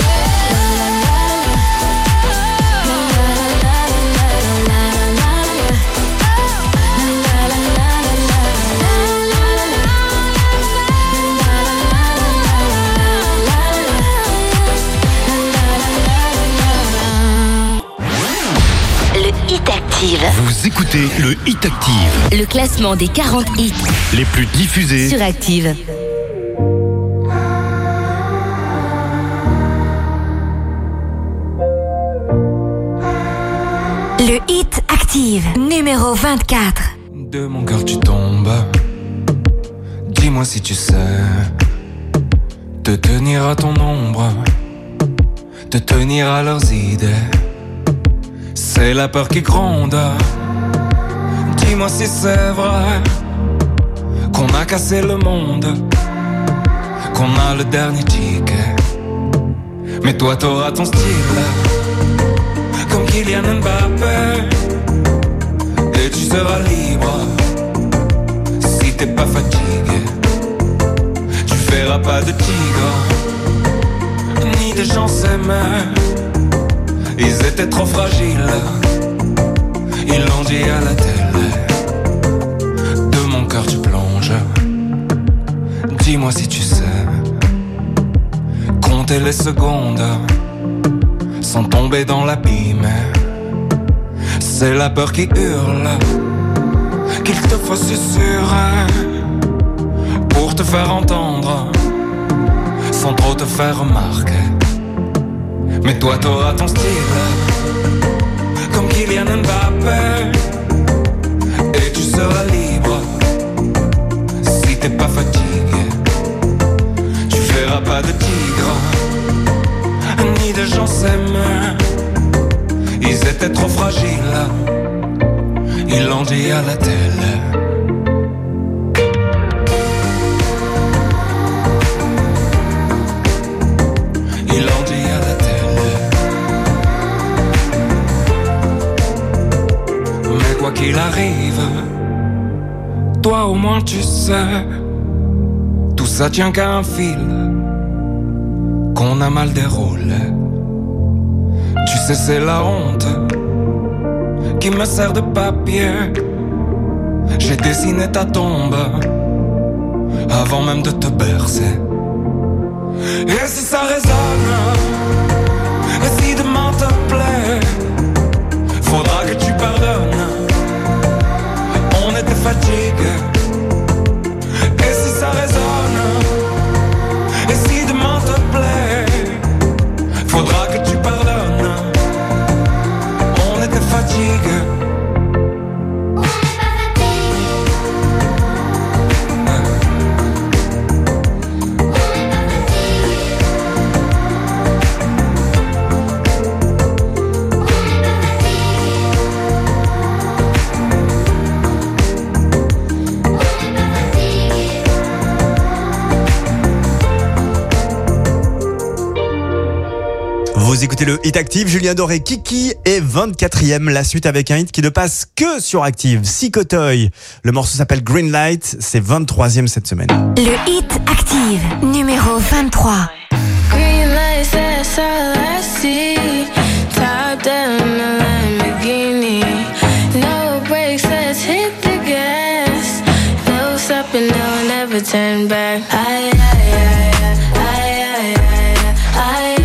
Le Hit Active. Vous écoutez le Hit Active. Le classement des 40 hits Les plus diffusés sur Active. Le Hit Active, numéro 24. De mon cœur tu tombes. Dis-moi si tu sais te tenir à ton ombre, te tenir à leurs idées. C'est la peur qui gronde. Dis-moi si c'est vrai qu'on a cassé le monde, qu'on a le dernier ticket. Mais toi t'auras ton style, comme Kylian Mbappé, et tu seras libre. Si t'es pas fatigué, tu verras pas de tigre, ni de gens s'aimer. Ils étaient trop fragiles, ils l'ont dit à la télé. De mon cœur tu plonges. Dis-moi si tu sais compter les secondes sans tomber dans l'abîme. C'est la peur qui hurle, qu'il te faut susurrer pour te faire entendre sans trop te faire remarquer. Mais toi t'auras ton style, comme Kylian Mbappé, et tu seras libre. Si t'es pas fatigué, tu verras pas de tigre, ni de gens s'aimer. Ils étaient trop fragiles, ils l'ont dit à la télé. Ils l'ont dit à la télé. Mais quoi qu'il arrive, toi au moins tu sais, tout ça tient qu'à un fil qu'on a mal déroulé. Tu sais c'est la honte qui me sert de papier. J'ai dessiné ta tombe avant même de te bercer. Et si ça résonne, et si demain te plaît, faudra que tu parles fatigue. Vous écoutez le Hit Active, Julien Doré, Kiki est 24e, la suite avec un hit qui ne passe que sur Active, Psychotoy. Le morceau s'appelle Green Light, c'est 23e cette semaine. Le Hit Active, numéro 23. Green lights, that's all I see. Top down in a Lamborghini. No brakes, let's hit the gas. No stopping, no, never turn back. Aye, aye, aye, aye, aye, aye, aye.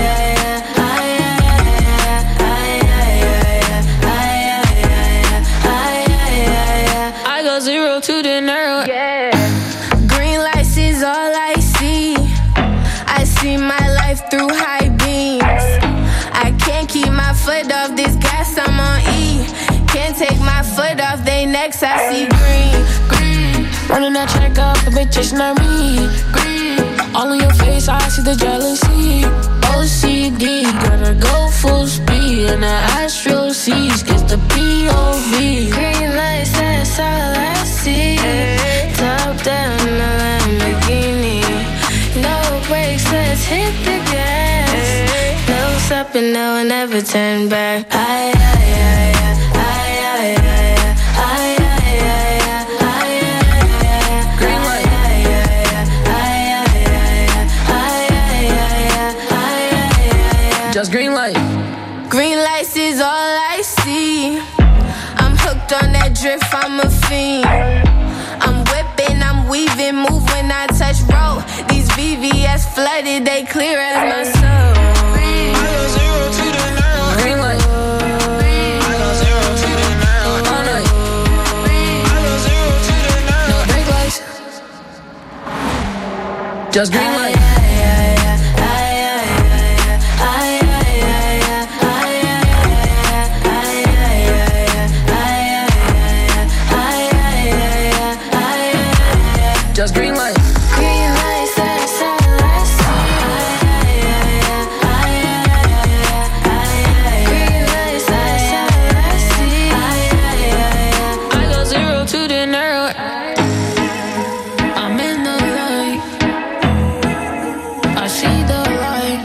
Zero to the narrow. Yeah. Green lights is all I see. I see my life through high beams. I can't keep my foot off this gas, I'm on E. Can't take my foot off they necks, I see green, green. Running that track up, the bitch is not me. Green. All in your face, I see the jealousy. OCD, gotta go full speed. And the Astro C's gets the POV. Green lights, that's all I see. Top down in a Lamborghini. No brakes, let's hit the gas. No stopping, no, never turn back. Aye, aye, aye, aye, aye, aye, aye, aye, aye, aye. Green light. Just green light. Green lights is all I see. I'm hooked on that drift, I'm a fiend. I'm whipping, I'm weaving, move when I touch road. These VVS flooded, they clear as my soul. I go zero to the narrow. Green light. I go zero to the narrow. All night. I go zero to the narrow. No brake lights. Just green light. Just green light. Green lights, that's all I see. Green lights, that's all I see. I go zero to the narrow. I'm in the light. I see the light.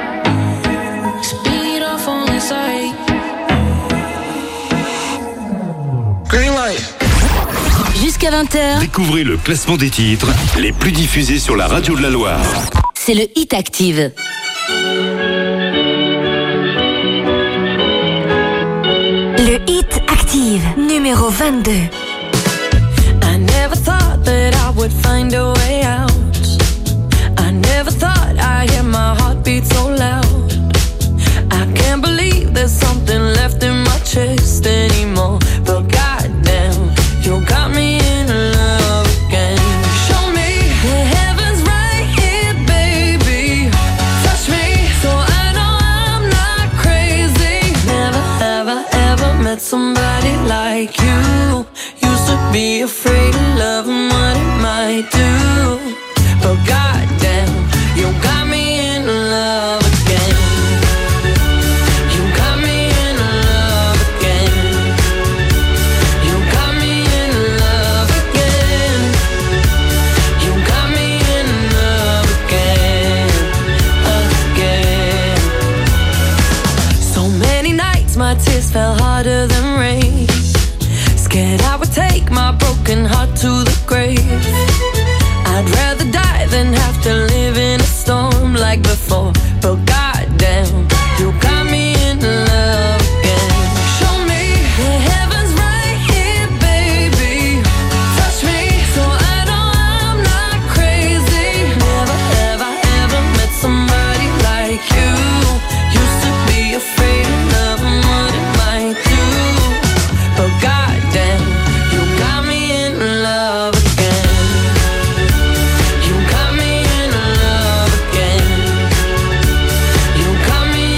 Speed off on the sight. Green light. Jusqu'à 20h. Découvrez le classement des titres les plus diffusés sur la radio de la Loire. C'est le Hit Active. Le Hit Active, numéro 22. I never thought that I would find a way out. I never thought I'd hear my heartbeat so loud. I can't believe there's something left in my chest anymore. But goddamn, you got me in love again. Show me the heavens right here, baby. Touch me so I know I'm not crazy. Never have I ever met somebody like you. Used to be afraid of love and what it might do. But goddamn, you got me in love again. You got me in love again. You got me in love again. You got me in love again, again. So many nights my tears fell harder than rain. Scared I would take my broken heart to the grave. I'd rather die than have to live in a storm like before. But goddamn, you got me in love again. Show me the heavens right here, baby. Touch me so I know I'm not crazy. Never have I ever met somebody like you. Used to be afraid of love and what it might do. But goddamn, you got me in love again. You got me in love again. You got me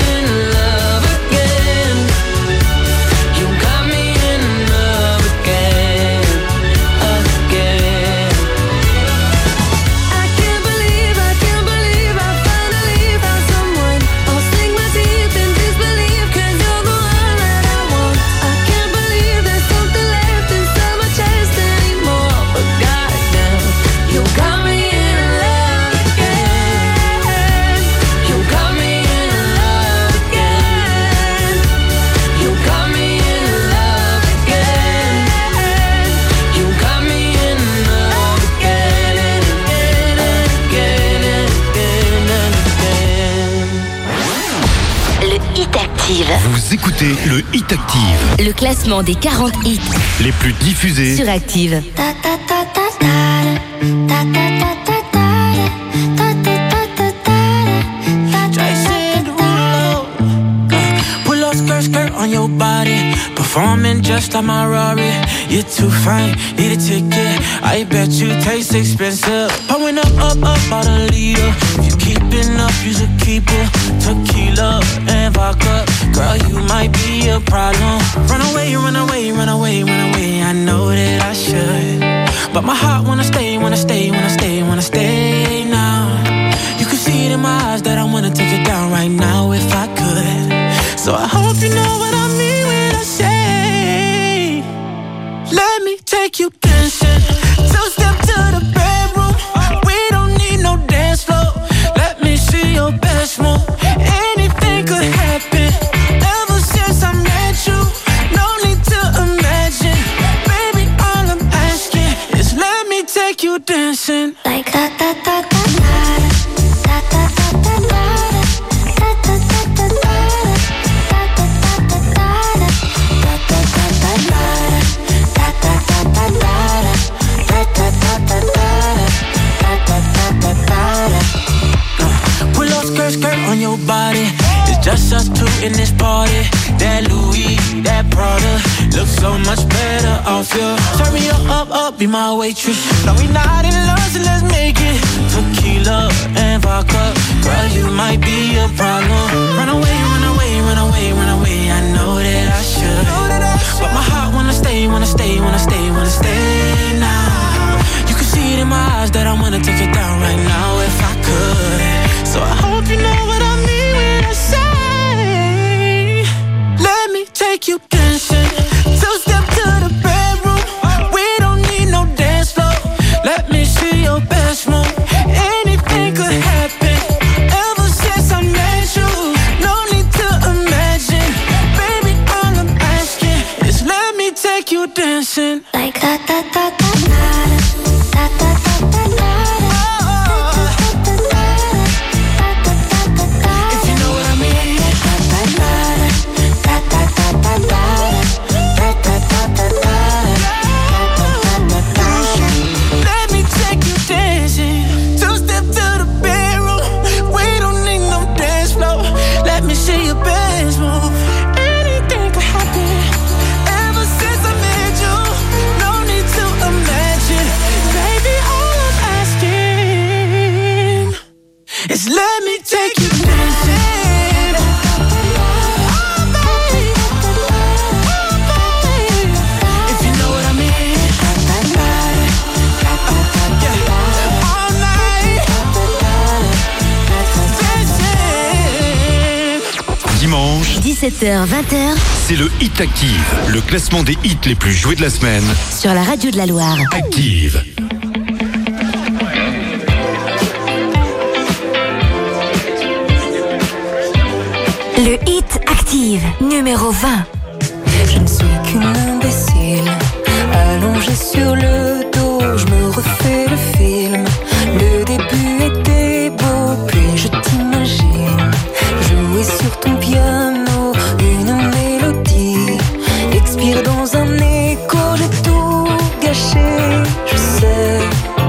Vous écoutez le Hit Active. Le classement des 40 hits Les plus diffusés sur Active. Jason Derulo. Pull up skirt on your body. Performing just like my Rari. You're too fine, need a ticket. I bet you taste expensive. Pouring up out a leader. If you keeping up, you should keep it. Tequila and vodka. Girl, you might be a problem. Run away, run away, run away, run away. I know that I should. But my heart wanna stay, wanna stay, wanna stay, wanna stay now. You can see it in my eyes that I wanna take it down right now if I could. So I hope you know what I mean when I say, let me take you dancing. Two-step to the bedroom. We don't need no dance floor. Let me see your best move. Anything could happen. Ever since I met you, no need to imagine. Baby, all I'm asking is let me take you dancing. Like da da da da da da da da da da. Pull up skirt on your body. It's just us two in this party. That Louis, that Prada looks so much better off you. Turn me up, be my waitress. No, we not in love, so let's make it. Tequila and vodka. Girl, you might be a problem. Run away, run away, run away, run away. I know that I should. But my heart wanna stay, wanna stay, wanna stay, wanna stay now. You can see it in my eyes that I wanna take it down right now if I could. So I hope you know what I mean when I say, let me take you dancing. Two-step to the bedroom. We don't need no dance floor. Let me see your best move. Anything could happen. Ever since I met you, no need to imagine. Baby, all I'm asking is let me take you dancing. Like da da da da da da da da da. Let me take you dancing. Oh, baby. Oh, baby. If you know what I mean. Yeah. All night. Dancing. Dimanche, 17h-20h c'est le Hit Active, le classement des hits les plus joués de la semaine. sur la radio de la Loire. Active. Le Hit Active, numéro 20. Je ne suis qu'une imbécile, allongée sur le dos, je me refais le film. Le début était beau, puis je t'imagine jouer sur ton piano, une mélodie expire dans un écho, j'ai tout gâché. Je sais,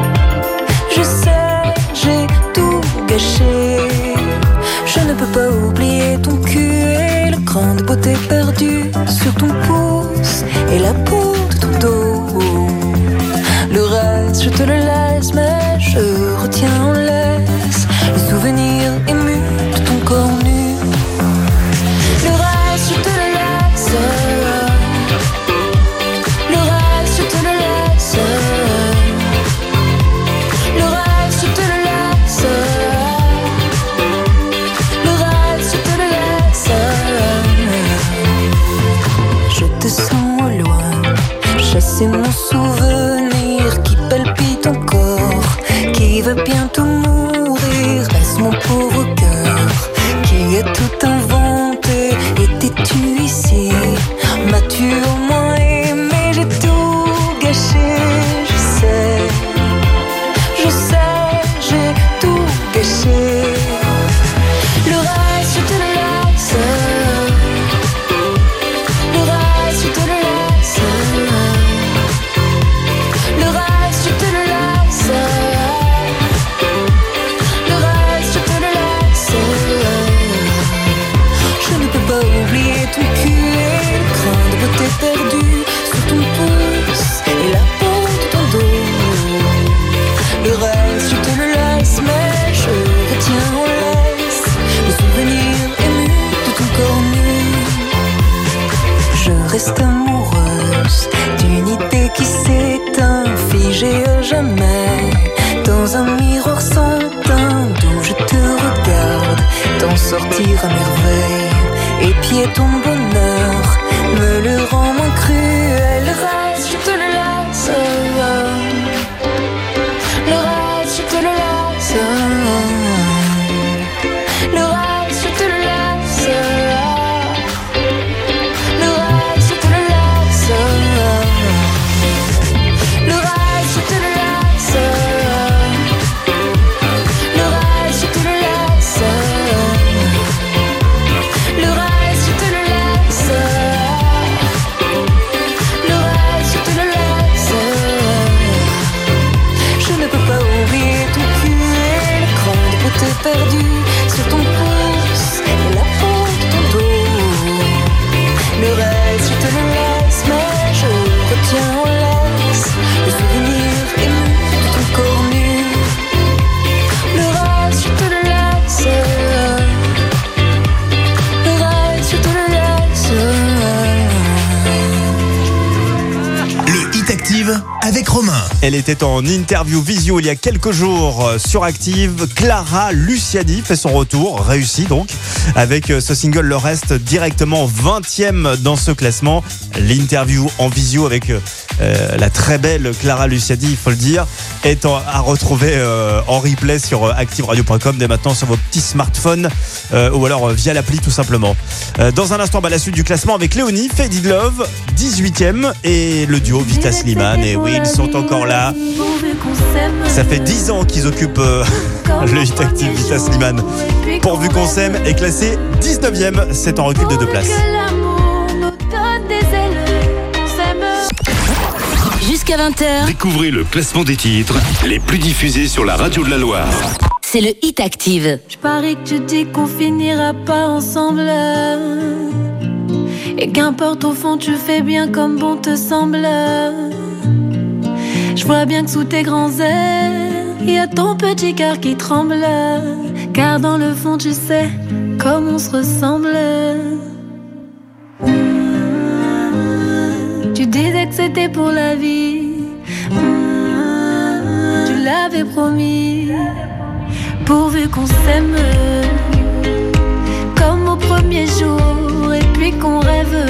j'ai tout gâché. Je ne peux pas oublier ton cul et le cran de beauté perdu sur ton pouce et la peau de ton dos. Le reste, je te le laisse, mais je retiens en laisse les souvenirs émus de ton corps nu. Le reste, je te le laisse. Le reste, je te le laisse. Le reste, je te le laisse. Je te sens au loin, chasser mon souvenir qui palpite encore, qui va bientôt mourir. Reste mon pauvre cœur qui a tout inventé. Étais-tu ici? M'as-tu au moins aimé? J'ai tout gâché. Je sais, j'ai tout gâché. Le reste, je te le laisse. reste amoureuse d'une idée qui s'éteint, figée à jamais, dans un miroir sans teint d'où je te regarde, t'en sortir à merveille, épier ton bonheur, me le rend moins cruel. Le reste, je te le laisse. Le reste, je te le laisse. Le reste, je te le laisse. Le reste, je te le laisse. Le reste, je te le laisse. Le reste, je te le laisse. Le reste, je te le laisse. Le reste, je te le laisse. Je ne peux pas oublier ton cul et l'écran de beauté perdu sur ton pouce et la peau de ton dos. Le reste, je te le laisse, mais je retiens en laisse le souvenir ému de ton corps nu. Le reste, je te le laisse. Le reste, je te le laisse. Le Hit Active avec Romain. Elle était en interview visio il y a quelques jours sur Active. Clara Luciani fait son retour, réussi donc, avec ce single Le Reste, directement 20e dans ce classement. L'interview en visio avec la très belle Clara Luciani, il faut le dire, est à retrouver en replay sur activeradio.com dès maintenant sur vos petits smartphones ou alors via l'appli tout simplement. Dans un instant, la suite du classement avec Léonie, Faded Love, 18e, et le duo Vita Slimane et Will sont encore là. Ça fait 10 ans qu'ils occupent le Hit Active. Vita Slimane, Pourvu qu'on s'aime, est classé 19e, c'est en recul de 2 places. Jusqu'à 20h, Découvrez le classement des titres les plus diffusés sur la radio de la Loire. c'est le Hit Active. Je parie que tu dis qu'on finira pas ensemble. Et qu'importe au fond tu fais bien comme bon te semble. Je vois bien que sous tes grands airs, il y a ton petit cœur qui tremble. Car dans le fond tu sais comme on se ressemble. Tu disais que c'était pour la vie. Tu l'avais promis. Pourvu qu'on s'aime comme au premier jour et puis qu'on rêve.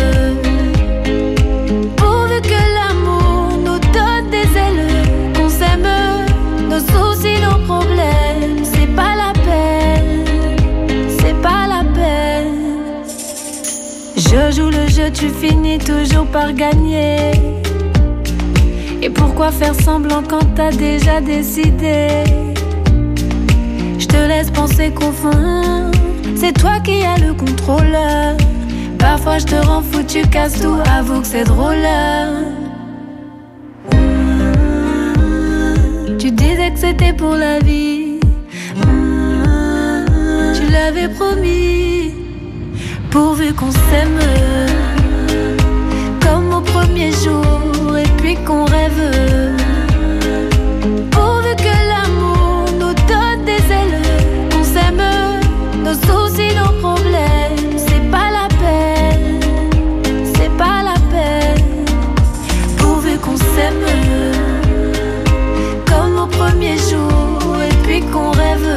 Pourvu que l'amour nous donne des ailes, qu'on s'aime, nos soucis, nos problèmes. C'est pas la peine, c'est pas la peine. Je joue le jeu, tu finis toujours par gagner. Et pourquoi faire semblant quand t'as déjà décidé? Je te laisse penser qu'au fond, c'est toi qui as le contrôle. Parfois je te rends fou, tu casses tout, avoue que c'est drôle. Tu disais que c'était pour la vie. Tu l'avais promis. Pourvu qu'on s'aime comme au premier jour et puis qu'on rêve. Pourvu que l'amour nous donne des ailes, qu'on s'aime, nos soucis, nos problèmes. C'est pas la peine, c'est pas la peine. Pourvu qu'on s'aime comme au premier jour et puis qu'on rêve.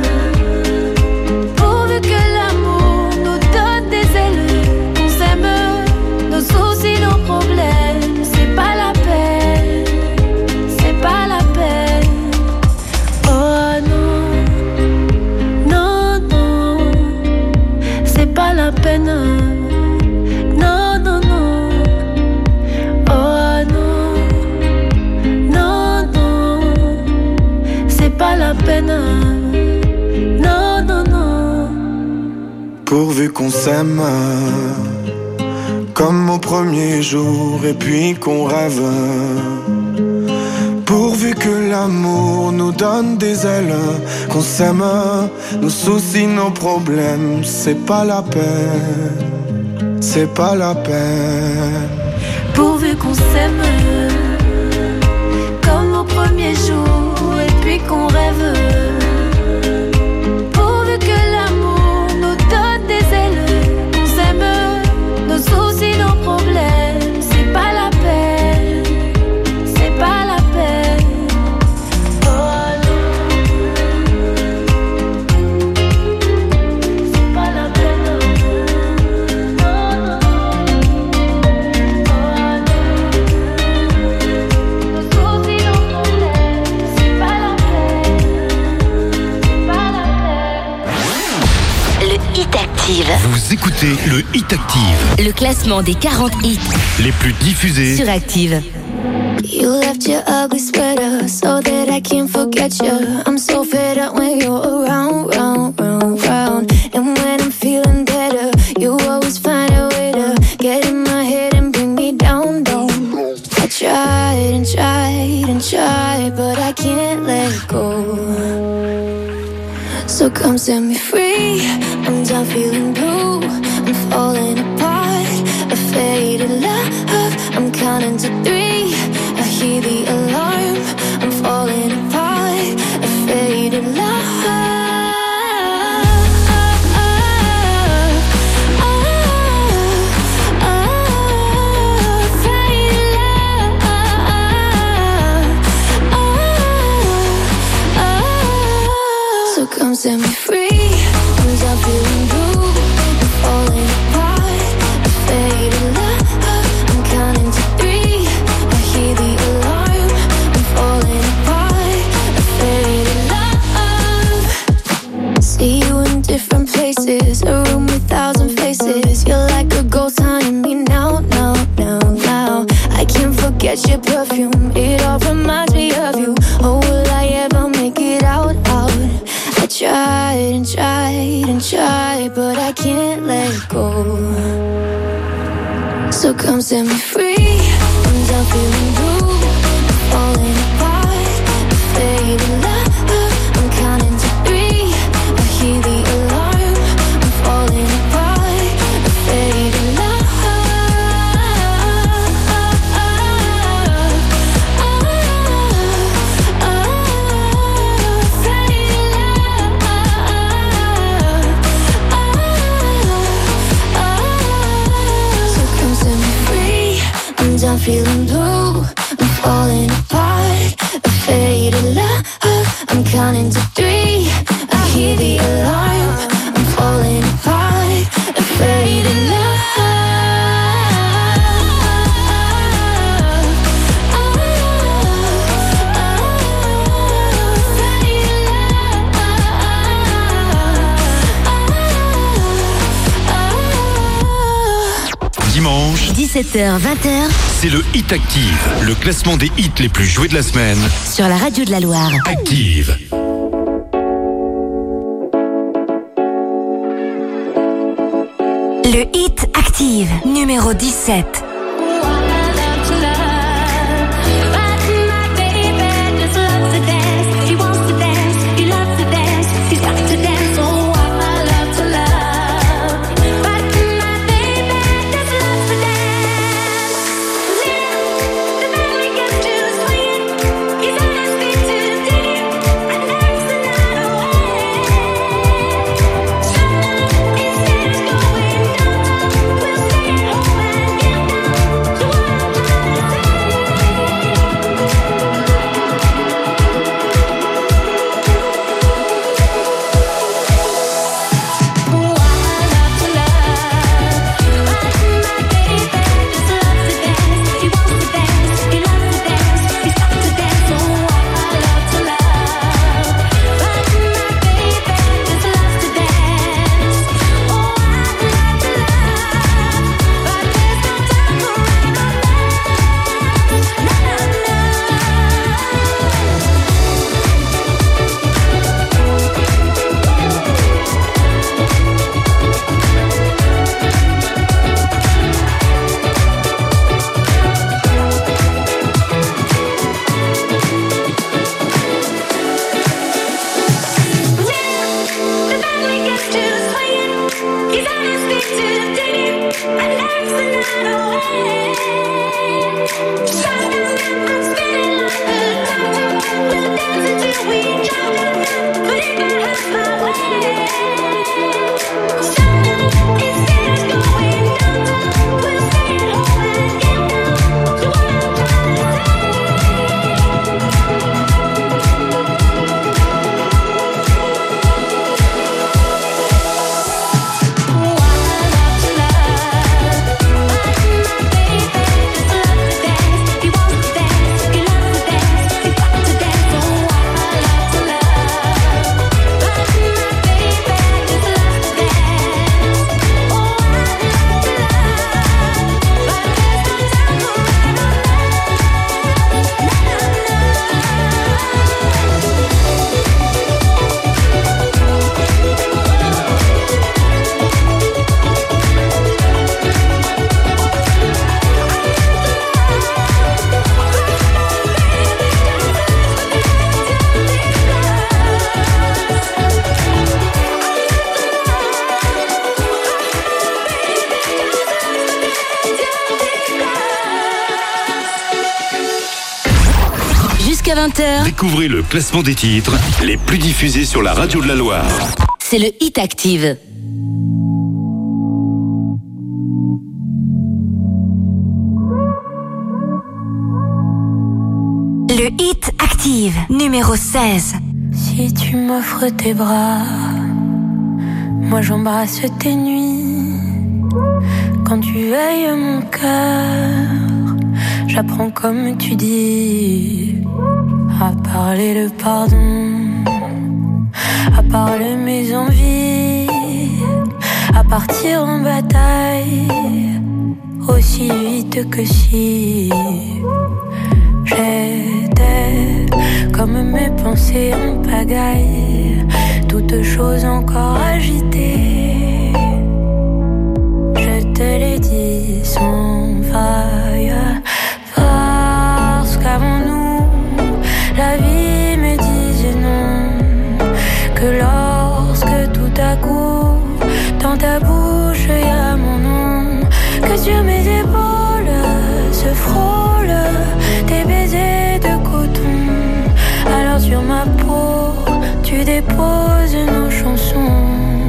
Pourvu que l'amour nous donne des ailes, qu'on s'aime, nos soucis, nos problèmes. C'est pas la peine, c'est pas la peine. Oh non, non, non, c'est pas la peine. Non, non, non. Oh non, non, non, c'est pas la peine. Non, non, non. Pourvu qu'on s'aime comme au premier jour et puis qu'on rêve. Pourvu que l'amour nous donne des ailes, qu'on s'aime, nos soucis, nos problèmes. C'est pas la peine, c'est pas la peine. Pourvu qu'on s'aime comme au premier jour et puis qu'on rêve. Pourvu que l'amour nous donne des ailes, qu'on s'aime, nos soucis, nos problèmes. Vous écoutez le Hit Active. Le classement des 40 hits Les plus diffusés sur Active. You left your ugly sweater so that I can't forget you. I'm so fed up when you're around, round, round, round. And when I'm feeling better, you always find a way to get in my head and bring me down, down. I tried and tried and tried, but I can't let go. So come set me free. I'm done feeling blue. I'm falling apart. A faded love. I'm counting to 3. I hear the alarm. I'm falling apart. A faded love. So come set me free. I'm done feeling blue. I'm falling apart. A faded love. I'm counting to 3. I hear the alarm. I'm falling apart. A faded love. See you in different places. A room with 1,000 faces. You're like a ghost haunting me now, now, now, now. I can't forget your perfume. It all reminds me of you. Oh, will I ever make it out, out? I tried and tried and tried, but I can't let go. So come set me free. I'm done feeling blue. I'm falling apart. A faded love. I'm counting to 3. I hear the alarm. I'm falling apart. A faded love. I'm done feeling blue. I'm falling apart. A faded love. I'm counting to 3. I hear the alarm. I'm falling apart. A faded love. Dimanche, 17h-20h, c'est le Hit Active, le classement des hits les plus joués de la semaine. sur la radio de la Loire. Active. Le Hit Active, numéro 17. You jusqu'à 20h. Découvrez le classement des titres les plus diffusés sur la radio de la Loire. C'est le Hit Active. Le Hit Active, numéro 16. Si tu m'offres tes bras, moi j'embrasse tes nuits. Quand tu veilles mon cœur, j'apprends comme tu dis à parler le pardon, à parler mes envies, à partir en bataille aussi vite que si j'étais comme mes pensées en pagaille, toutes choses encore agitées. Je te l'ai dit sans faille, parce qu'avant nous, la vie me disait non, que lorsque tout à coup, dans ta bouche y a mon nom, que sur mes épaules se frôle tes baisers de coton. Alors sur ma peau, tu déposes nos chansons.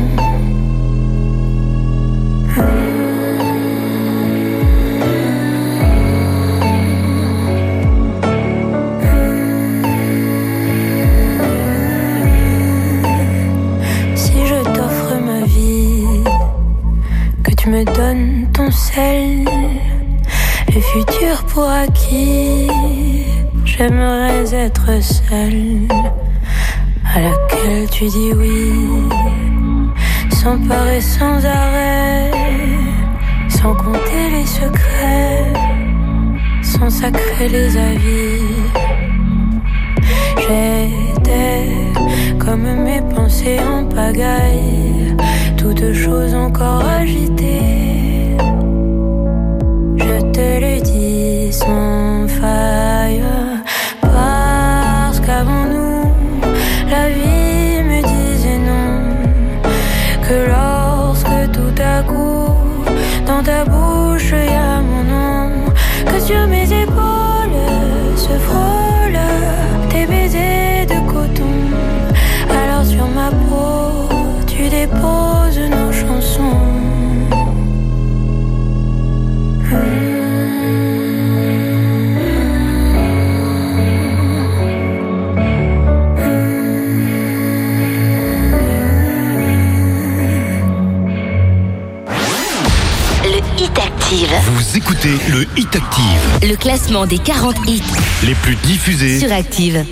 Si je t'offre ma vie, que tu me donnes ton sel, le futur pour acquis, j'aimerais être seule, à laquelle tu dis oui, sans peur et sans arrêt, sans compter les secrets, sans sacrer les avis. J'étais comme mes pensées en pagaille, toutes choses encore agitées. Je te le dis sans faille, parce qu'avant nous, la vie me disait non, que lorsque tout à coup, dans ta bouche y a mon nom, que sur mes épaules se frôlent tes baisers de coton. Alors sur ma peau, tu déposes nos chansons. Vous écoutez le Hit Active. Le classement des 40 hits les plus diffusés sur Active.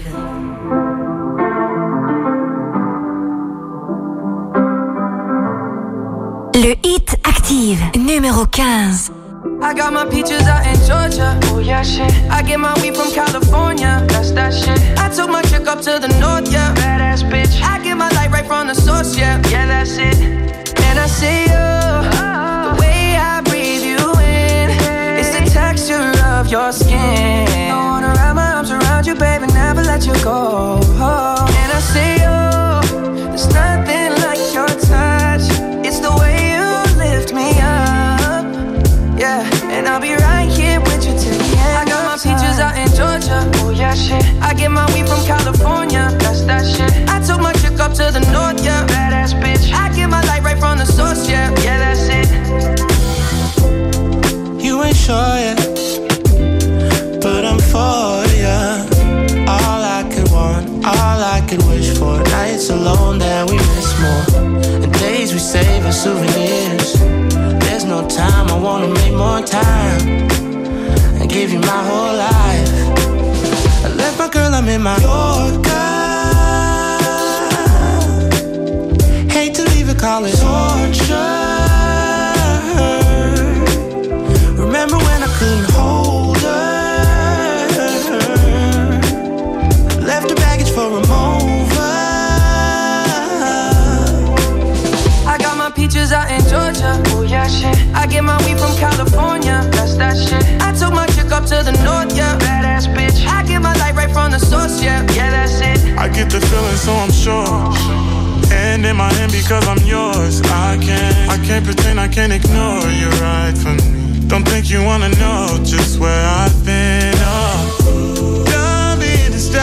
Le Hit Active, numéro 15. I got my peaches out in Georgia. Oh yeah, shit. I get my weed from California. That's that shit. I took my chick up to the north, yeah. Badass bitch. I get my light right from the source, yeah. Yeah, that's it. And I see you, the way I breathe you in, it's the texture of your skin. I wanna wrap my arms around you, baby, never let you go. And I see you, there's nothing like your touch. It's the way you lift me up. Yeah, and I'll be right here with you till the end. I got my peaches out in Georgia. Oh yeah, shit. I get my weed from California. That's that shit. I took my chick up to the north, yeah. Badass bitch. I get my light right from the source, yeah. Yeah, that's it. You ain't sure yet, but I'm for ya. All I could want, all I could wish for. Nights alone that we miss more, and days we save as souvenirs. There's no time, I wanna make more time and give you my whole life. I left my girl, I'm in my Yorker. Hate to leave it, call it torture. Remember when I couldn't hold her? Left her baggage for a mover. I got my peaches out in Georgia. Oh yeah, shit. I get my weed from California. That's that shit. I took my chick up to the north, yeah. Badass bitch. I get my light right from the source, yeah. Yeah, that's it. I get the feeling, so I'm sure. And in my hand because I'm yours. I can't pretend, I can't ignore you right from me. Don't think you wanna know just where I've been. Oh, don't be distracted.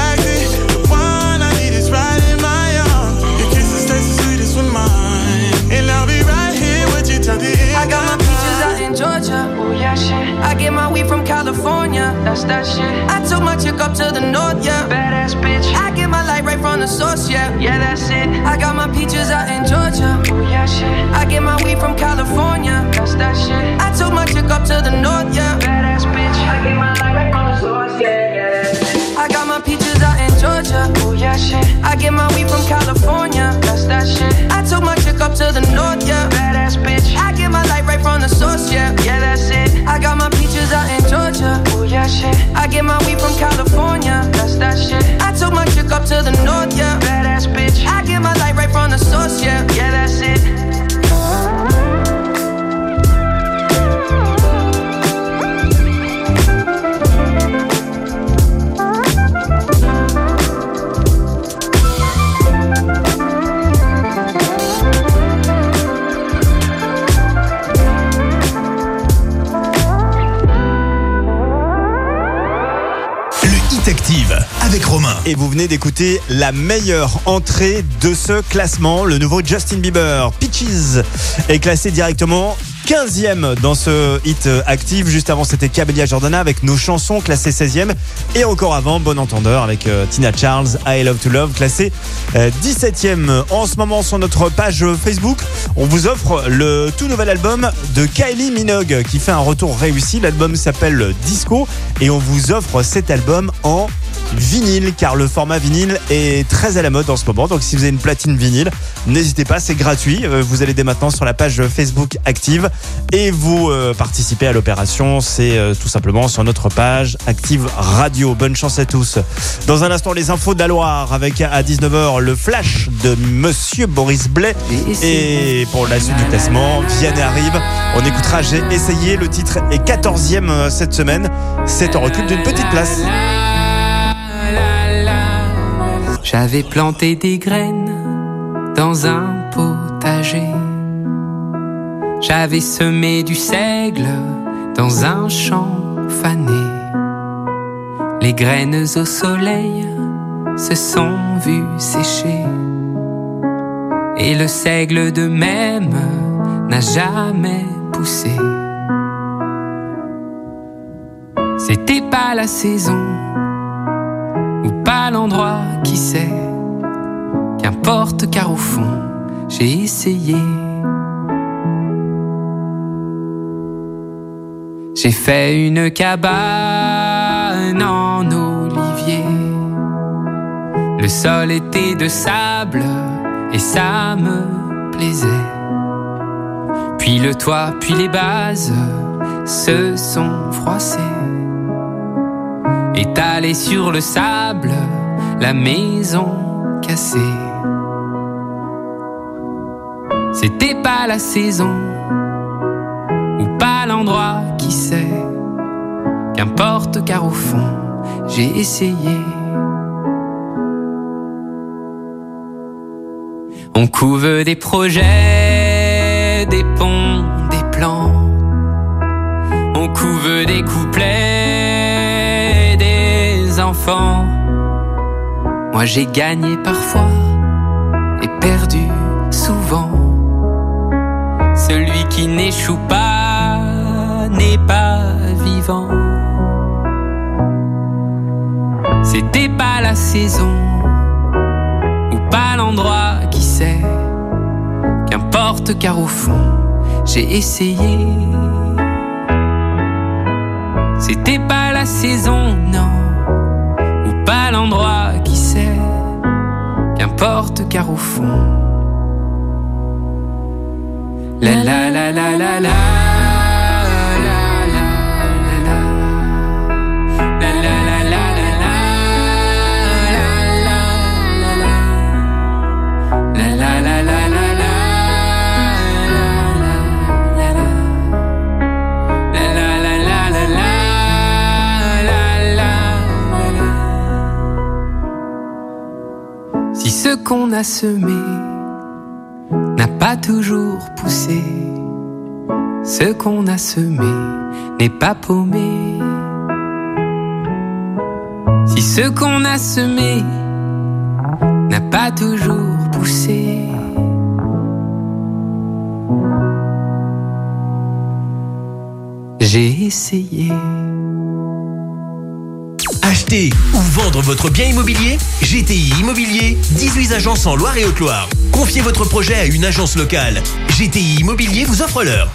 yeah, shit. I get my weed from California, that's that shit. I took my chick up to the north, yeah, badass bitch. I get my light right from the source, yeah, yeah, that's it. I got my peaches out in Georgia, yeah, shit. I get my weed from California, that's that shit. I took my chick up to the north, yeah, badass bitch. I get my light right from the source, yeah, yeah, that's it. I got my peaches out in Georgia, oh yeah, shit. I get my weed from California, that's that shit. I took my chick up to the north, yeah, badass bitch. I get my light right from the source, yeah, yeah, that's it. I got my peaches out in Georgia, oh yeah, shit. I get my weed from California, that's that shit. I took my chick up to the north, yeah, badass bitch. I get my light right from the source, yeah, yeah, that's it. Active avec Romain. Et vous venez d'écouter la meilleure entrée de ce classement. Le nouveau Justin Bieber, Peaches, est classé directement 15e dans ce hit Active. Juste avant, c'était Cabelia Jordana avec Nos chansons, classé 16e. Et encore avant, Bon Entendeur avec Tina Charles, I Love to Love, classé 17e. En ce moment, sur notre page Facebook, on vous offre le tout nouvel album de Kylie Minogue qui fait un retour réussi. L'album s'appelle Disco et on vous offre cet album en vinyle, car le format vinyle est très à la mode en ce moment. Donc si vous avez une platine vinyle, n'hésitez pas, c'est gratuit. Vous allez dès maintenant sur la page Facebook Active et vous participez à l'opération. C'est tout simplement sur notre page Active Radio. Bonne chance à tous. Dans un instant, les infos de la Loire avec à 19h le flash de Monsieur Boris Blais. Et pour la suite du classement, Vianney arrive. On écoutera J'ai essayé. Le titre est 14e cette semaine. C'est en recul d'une petite place. J'avais planté des graines dans un potager. J'avais semé du seigle dans un champ fané. Les graines au soleil se sont vues sécher. Et le seigle de même n'a jamais poussé. C'était pas la saison ou pas l'endroit, qui sait. Qu'importe, car au fond, j'ai essayé. J'ai fait une cabane en olivier. Le sol était de sable et ça me plaisait. Puis le toit, puis les bases se sont froissées. Étalée sur le sable, la maison cassée. C'était pas la saison ou pas l'endroit, qui sait. Qu'importe, car au fond, j'ai essayé. On couve des projets, des ponts, des plans. On couve des couplets, des enfants. Moi j'ai gagné parfois et perdu souvent. Celui qui n'échoue pas n'est pas vivant. C'était pas la saison ou pas l'endroit, qui sait. Qu'importe, car au fond, j'ai essayé. C'était pas la saison, non, ou pas l'endroit, qui sait. Qu'importe, car au fond, la la la la la la. Ce qu'on a semé n'a pas toujours poussé. Ce qu'on a semé n'est pas paumé. Si ce qu'on a semé n'a pas toujours poussé, J'ai essayé. Acheter ou vendre votre bien immobilier? GTI Immobilier, 18 agences en Loire et Haute-Loire. Confiez votre projet à une agence locale. GTI Immobilier vous offre l'heure.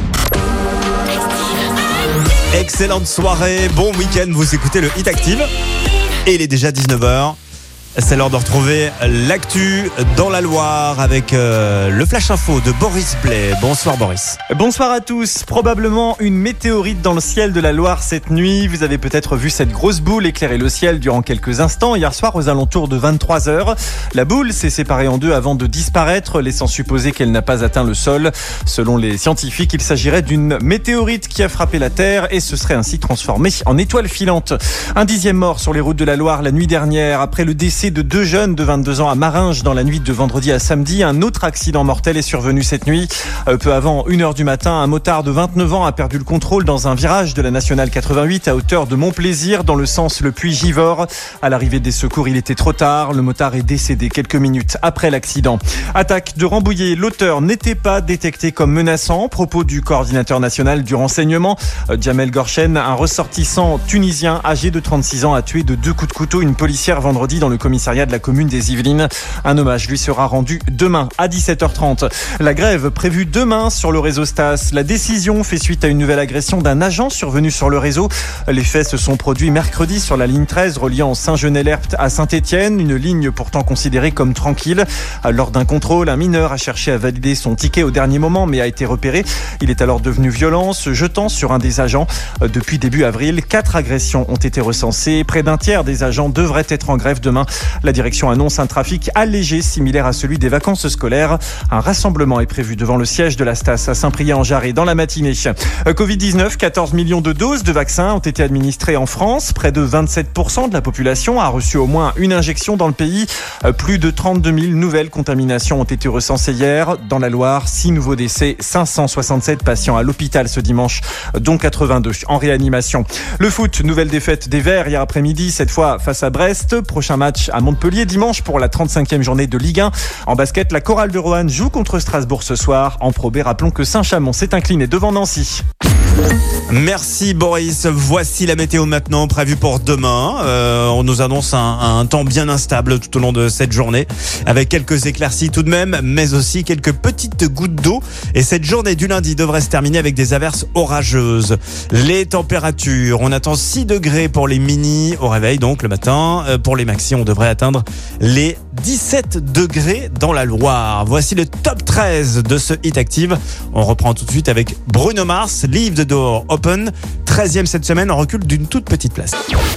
Excellente soirée, bon week-end, vous écoutez le Hit Active. Et il est déjà 19h. C'est l'heure de retrouver l'actu dans la Loire avec le Flash Info de Boris Blais. Bonsoir Boris. Bonsoir à tous. Probablement une météorite dans le ciel de la Loire cette nuit. Vous avez peut-être vu cette grosse boule éclairer le ciel durant quelques instants hier soir aux alentours de 23h. La boule s'est séparée en deux avant de disparaître, laissant supposer qu'elle n'a pas atteint le sol. Selon les scientifiques, il s'agirait d'une météorite qui a frappé la Terre et se serait ainsi transformée en étoile filante. Un 10e mort sur les routes de la Loire la nuit dernière après le décès de 2 jeunes de 22 ans à Maringes dans la nuit de vendredi à samedi. Un autre accident mortel est survenu cette nuit. Peu avant 1h du matin, un motard de 29 ans a perdu le contrôle dans un virage de la nationale 88 à hauteur de Montplaisir dans le sens Le Puy-Givors. À l'arrivée des secours, il était trop tard. Le motard est décédé quelques minutes après l'accident. Attaque de Rambouillet. L'auteur n'était pas détecté comme menaçant. Propos du coordinateur national du renseignement, Djamel Gorchen, un ressortissant tunisien âgé de 36 ans a tué de 2 coups de couteau une policière vendredi dans le commissariat de la commune des Yvelines. Un hommage lui sera rendu demain à 17h30. La grève prévue demain sur le réseau Stas. La décision fait suite à une nouvelle agression d'un agent survenu sur le réseau. Les faits se sont produits mercredi sur la ligne 13 reliant Saint-Genès-l'Herpt à Saint-Étienne, une ligne pourtant considérée comme tranquille. Lors d'un contrôle, un mineur a cherché à valider son ticket au dernier moment mais a été repéré. Il est alors devenu violent, se jetant sur un des agents. Depuis début avril, 4 agressions ont été recensées. Près d'un tiers des agents devraient être en grève demain. La direction annonce un trafic allégé similaire à celui des vacances scolaires. Un rassemblement est prévu devant le siège de la Stas à Saint-Priest-en-Jarret dans la matinée. Covid-19, 14 millions de doses de vaccins ont été administrées en France. Près de 27% de la population a reçu au moins une injection dans le pays. Plus de 32 000 nouvelles contaminations ont été recensées hier. Dans la Loire, 6 nouveaux décès, 567 patients à l'hôpital ce dimanche, dont 82 en réanimation. Le foot, nouvelle défaite des Verts hier après-midi, cette fois face à Brest. Prochain match à Montpellier dimanche pour la 35e journée de Ligue 1. En basket, la Chorale de Roanne joue contre Strasbourg ce soir. En Pro B, rappelons que Saint-Chamond s'est incliné devant Nancy. Merci Boris. Voici la météo maintenant prévue pour demain. On nous annonce un temps bien instable tout au long de cette journée avec quelques éclaircies tout de même, mais aussi quelques petites gouttes d'eau. Et cette journée du lundi devrait se terminer avec des averses orageuses. Les températures, on attend 6 degrés pour les mini au réveil, donc le matin. Pour les maxi, on devrait atteindre les 17 degrés dans la Loire. Voici le top 13 de ce Hit Active. On reprend tout de suite avec Bruno Mars, Leave the Door Open. 13e cette semaine, en recul d'une toute petite place.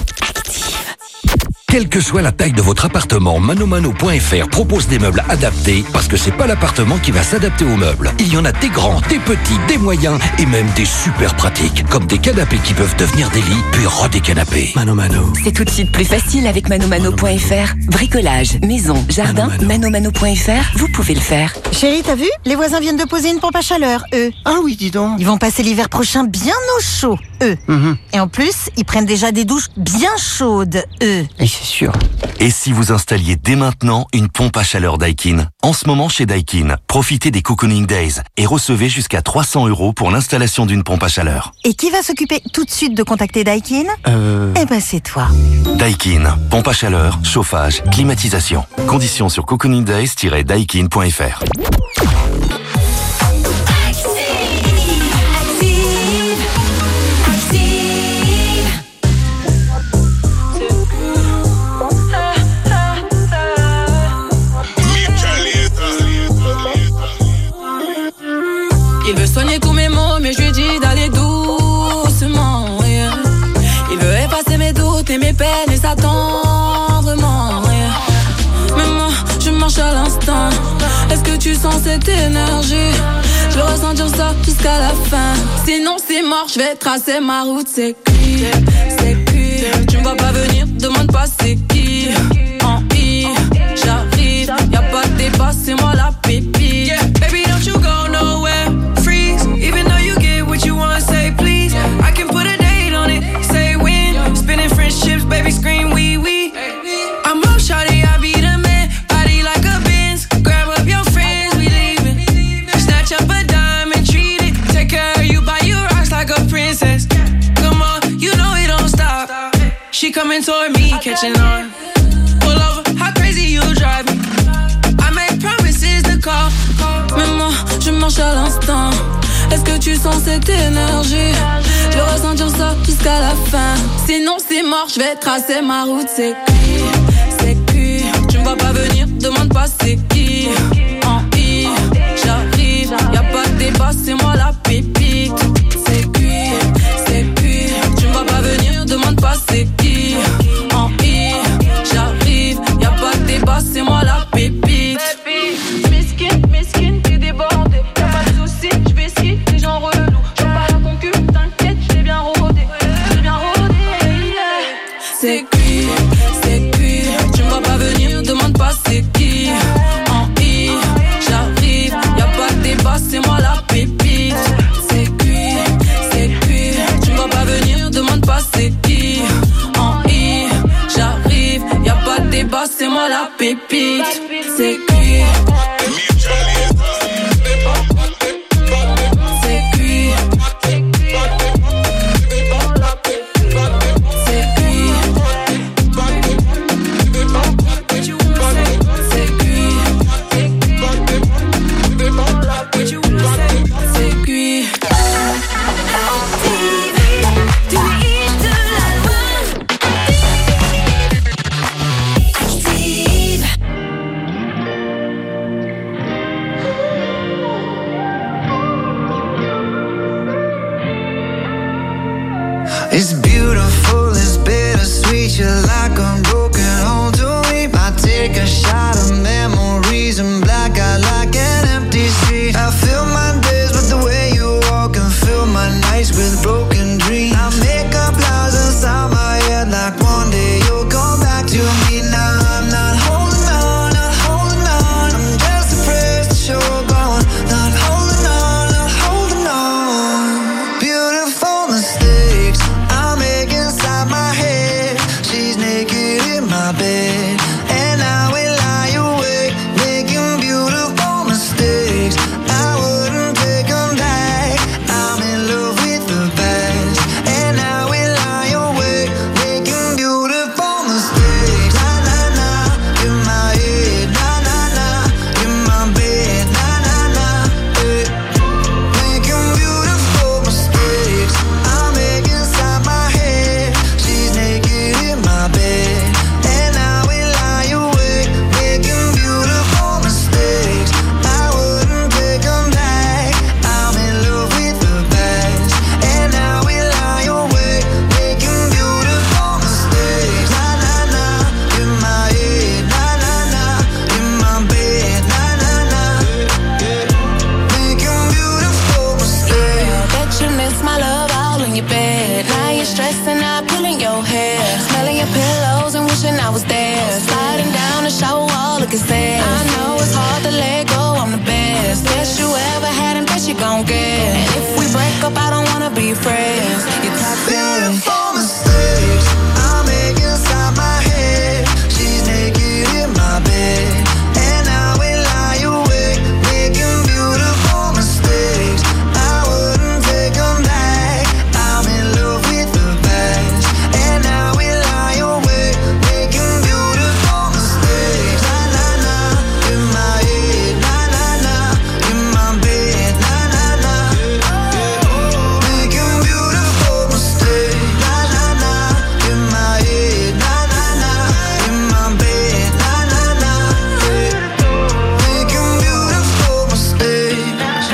Quelle que soit la taille de votre appartement, manomano.fr propose des meubles adaptés parce que c'est pas l'appartement qui va s'adapter aux meubles. Il y en a des grands, des petits, des moyens et même des super pratiques, comme des canapés qui peuvent devenir des lits, puis des canapés. Mano. C'est tout de suite plus facile avec manomano.fr. Bricolage, maison, jardin, manomano.fr, vous pouvez le faire. Chérie, t'as vu? Les voisins viennent de poser une pompe à chaleur, eux. Ah oui, dis donc. Ils vont passer l'hiver prochain bien au chaud, eux. Et en plus, ils prennent déjà des douches bien chaudes, eux. Et c'est sûr. Et si vous installiez dès maintenant une pompe à chaleur Daikin? En ce moment chez Daikin, profitez des Cocooning Days et recevez jusqu'à 300 € pour l'installation d'une pompe à chaleur. Et qui va s'occuper tout de suite de contacter Daikin? Eh ben c'est toi. Daikin, pompe à chaleur, chauffage, climatisation. Conditions sur cocooningdays-daikin.fr. Il veut soigner tous mes maux, mais je lui dis d'aller doucement, yeah. Il veut effacer mes doutes et mes peines et s'attendrement, yeah. Mais moi, je marche à l'instant. Est-ce que tu sens cette énergie? Je veux ressentir ça jusqu'à la fin. Sinon c'est mort, je vais tracer ma route, c'est cuit, c'est cuit. Tu me vois pas venir, demande pas c'est qui. En I, j'arrive, y'a pas de débat, c'est moi la pépite. Yeah, baby don't you go nowhere. Even though you get what you want, say please. I can put a date on it, say when. Spinning friendships, baby scream wee wee. I'm up, shawty, I be the man. Body like a Benz. Grab up your friends, we leaving. Snatch up a dime and treat it. Take care of you, buy you rocks like a princess. coming toward me, catching on. Pull over, how crazy you drive me. I make promises to call. Mais moi, je marche à l'instant. Est-ce que tu sens cette énergie? Je vais ressentir ça jusqu'à la fin. Sinon c'est mort, je vais tracer ma route. C'est cuit. Tu me vois pas venir, demande pas c'est qui. En I, j'arrive, y'a pas de débat, c'est moi la pépite. C'est cuit. Tu me vois pas venir, demande pas c'est qui. En I, j'arrive, y'a pas de débat, c'est moi la pépite. Mesquine, t'es débordé. Y'a pas de soucis, j'vais ski, les gens relous. J'en pas la concu, t'inquiète, j'l'ai bien rodé. C'est cuit. Tu me vois pas venir, demande pas c'est qui. En I, j'arrive, y'a pas de débat, c'est moi la pépite. C'est cuit. Tu me vois pas venir, demande pas c'est qui. En I, j'arrive, y'a pas de débat, c'est moi la pépite. C'est cuit. It's beautiful, it's bittersweet. You're like a broken home to me. I take a shot of memories and black out like an empty street. I fill my days with the way you walk and fill my nights with broken dreams. I make up lies inside my head like one day you'll come back to me. Now I'm not holding on, I'm just afraid that you're gone. Not holding on. Beautiful mistakes I make inside my head. She's naked in my bed, and I will lie awake, making beautiful mistakes. I wouldn't take them back. I'm in love with the past, and I will lie awake, making beautiful mistakes. Na na na, in my head. Na na na, in my bed. Na na na, making beautiful mistakes. I make inside my head. She's naked in my bed, and I will lie awake, making beautiful mistakes. I wouldn't take them back. I'm in love with the past, and I will lie awake, making beautiful mistakes. Na na na, in my head. Na na na, in my bed. Na na na, making beautiful mistakes. Bet you miss my love all in your bed. Now you're stressing out, pulling your hair, smelling your pillows and wishing I was there. Sliding down the shower wall, looking sad. I know it's hard to let go, I'm the best. Best you ever had and best you gon' get. And if we break up, I don't wanna be friends. You're toxic. Beautiful mistakes I make inside my head. She's naked in my bed, and I will lie awake, making beautiful mistakes. I wouldn't take them back. I'm in love with the past, and I will lie awake, making beautiful mistakes. Na na na, in my head. Na na na, in my bed. Na na na, making beautiful mistakes. Na na na, in my head. Na na na, in my bed. Na na na, making beautiful mistakes.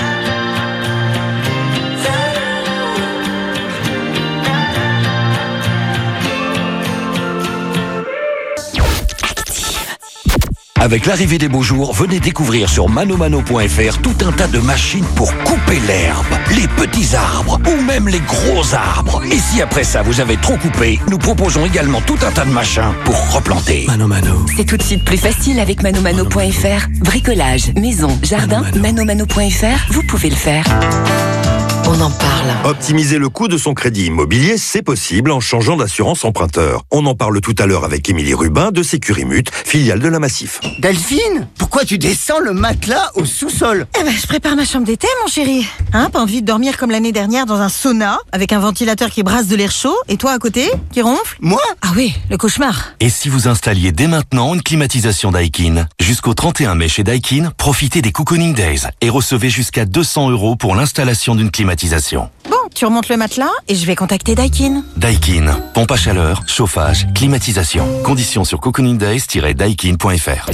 Avec l'arrivée des beaux jours, venez découvrir sur manomano.fr tout un tas de machines pour couper l'herbe, les petits arbres ou même les gros arbres. Et si après ça vous avez trop coupé, nous proposons également tout un tas de machins pour replanter. Mano. C'est tout de suite plus facile avec manomano.fr. Bricolage, maison, jardin, manomano.fr, vous pouvez le faire. On en parle. Optimiser le coût de son crédit immobilier, c'est possible en changeant d'assurance emprunteur. On en parle tout à l'heure avec Émilie Rubin de Sécurimut, filiale de la Massif. Delphine, pourquoi tu descends le matelas au sous-sol? Je prépare ma chambre d'été, mon chéri. Hein, pas envie de dormir comme l'année dernière dans un sauna, avec un ventilateur qui brasse de l'air chaud, et toi à côté, qui ronfle? Moi? Ah oui, le cauchemar. Et si vous installiez dès maintenant une climatisation Daikin? Jusqu'au 31 mai chez Daikin, profitez des Cocooning Days et recevez jusqu'à 200 € pour l'installation d'une climatisation. Bon, tu remontes le matelas et je vais contacter Daikin. Daikin, pompe à chaleur, chauffage, climatisation. Conditions sur cocooningdays-daikin.fr.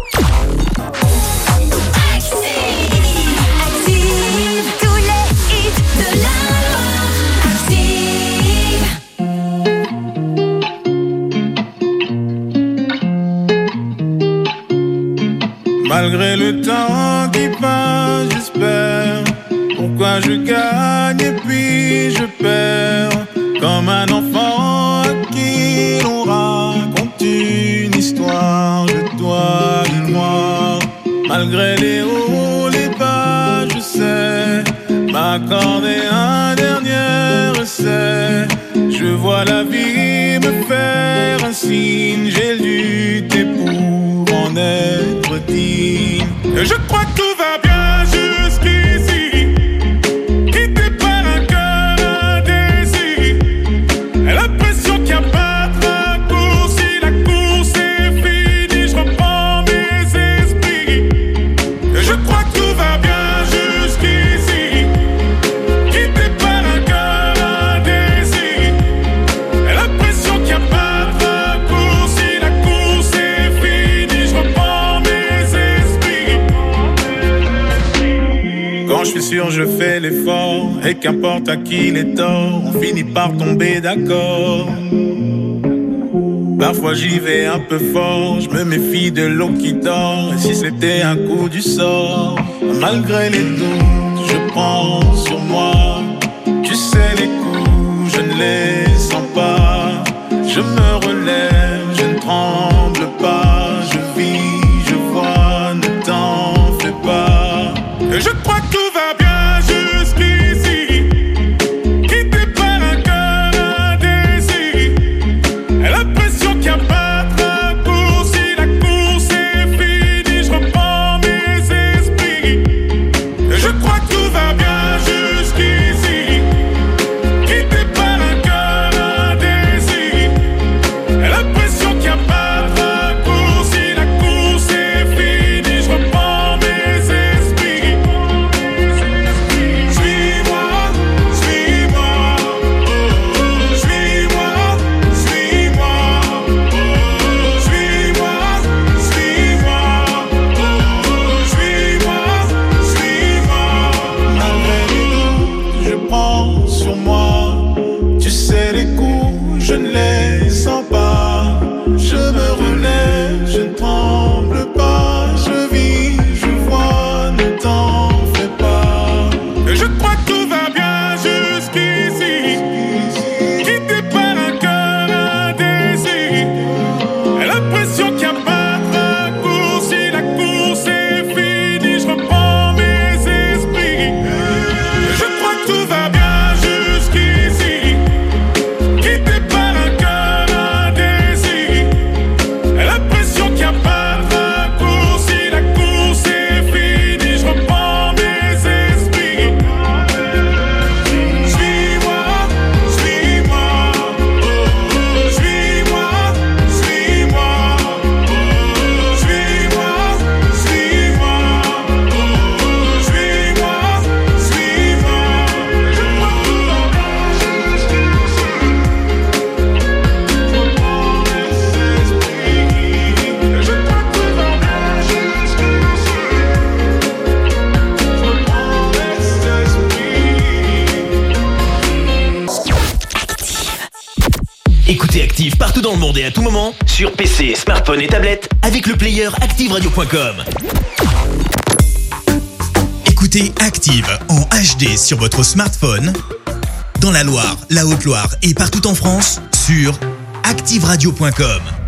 Malgré le temps qui passe, j'espère. Pourquoi je gagne et puis je perds. Comme un enfant à qui l'on raconte une histoire de toi et moi. Malgré les hauts, les bas, je sais m'accorder un dernier essai. Je vois la vie me faire un signe. J'ai lutté pour en être digne. Et je crois que tout va bien jusqu'ici. Quitté par un cœur indécis. Et l'impression qu'il n'y a pas de raccourci. La course est finie, je reprends mes esprits. Et je crois que tout va bien jusqu'ici. Quitté par un cœur indécis. Et l'impression qu'il n'y a pas de raccourci. La course est finie, je reprends mes esprits. Quand je suis sûr, je fais l'effort. Et qu'importe à qui les torts, on finit par tomber d'accord. Parfois j'y vais un peu fort, je me méfie de l'eau qui dort. Et si c'était un coup du sort, malgré les doutes, je prends sur moi. Tu sais les coups, je ne les sens pas. Je me relève, je ne tremble pas. Je vis, je vois, ne t'en fais pas. Et je crois que tout va bien jusqu'ici. Quitté par un cœur indécis. Et l'impression qu'il n'y a pas de raccourci. La course est finie, je reprends mes esprits. Et je crois que tout va bien jusqu'ici. Quitté par un cœur indécis. Et l'impression qu'il n'y a pas de raccourci. La course est finie, je reprends mes esprits. Suis-moi, suis-moi, suis-moi, suis-moi, suis-moi, suis-moi, suis-moi. Malgré les doutes, je prends sur moi. Tu sais les coups, je ne les sens pas. Je me relève, je ne tremble pas. Je vis, je vois, ne t'en fais pas. Et je crois que tout va bien jusqu'ici. Quitté par un cœur indécis. Et l'impression qu'il n'y a pas de raccourci. La course est finie, je reprends mes esprits. Et je crois que tout va bien jusqu'ici. Quitté par un cœur indécis. Et l'impression qu'il n'y a pas de raccourci. La course est finie, je reprends mes esprits. Suis-moi, suis-moi, suis-moi, suis-moi, suis-moi, suis-moi, suis-moi, suis-moi. Je crois que tout va bien jusqu'ici. Je reprends mes esprits. Je crois que tout va bien jusqu'ici. Je reprends mes esprits. Écoutez Active partout dans le monde et à tout moment sur PC, smartphone et tablette avec le player ActiveRadio.com. Écoutez Active en HD sur votre smartphone, dans la Loire, la Haute-Loire et partout en France, sur ActiveRadio.com.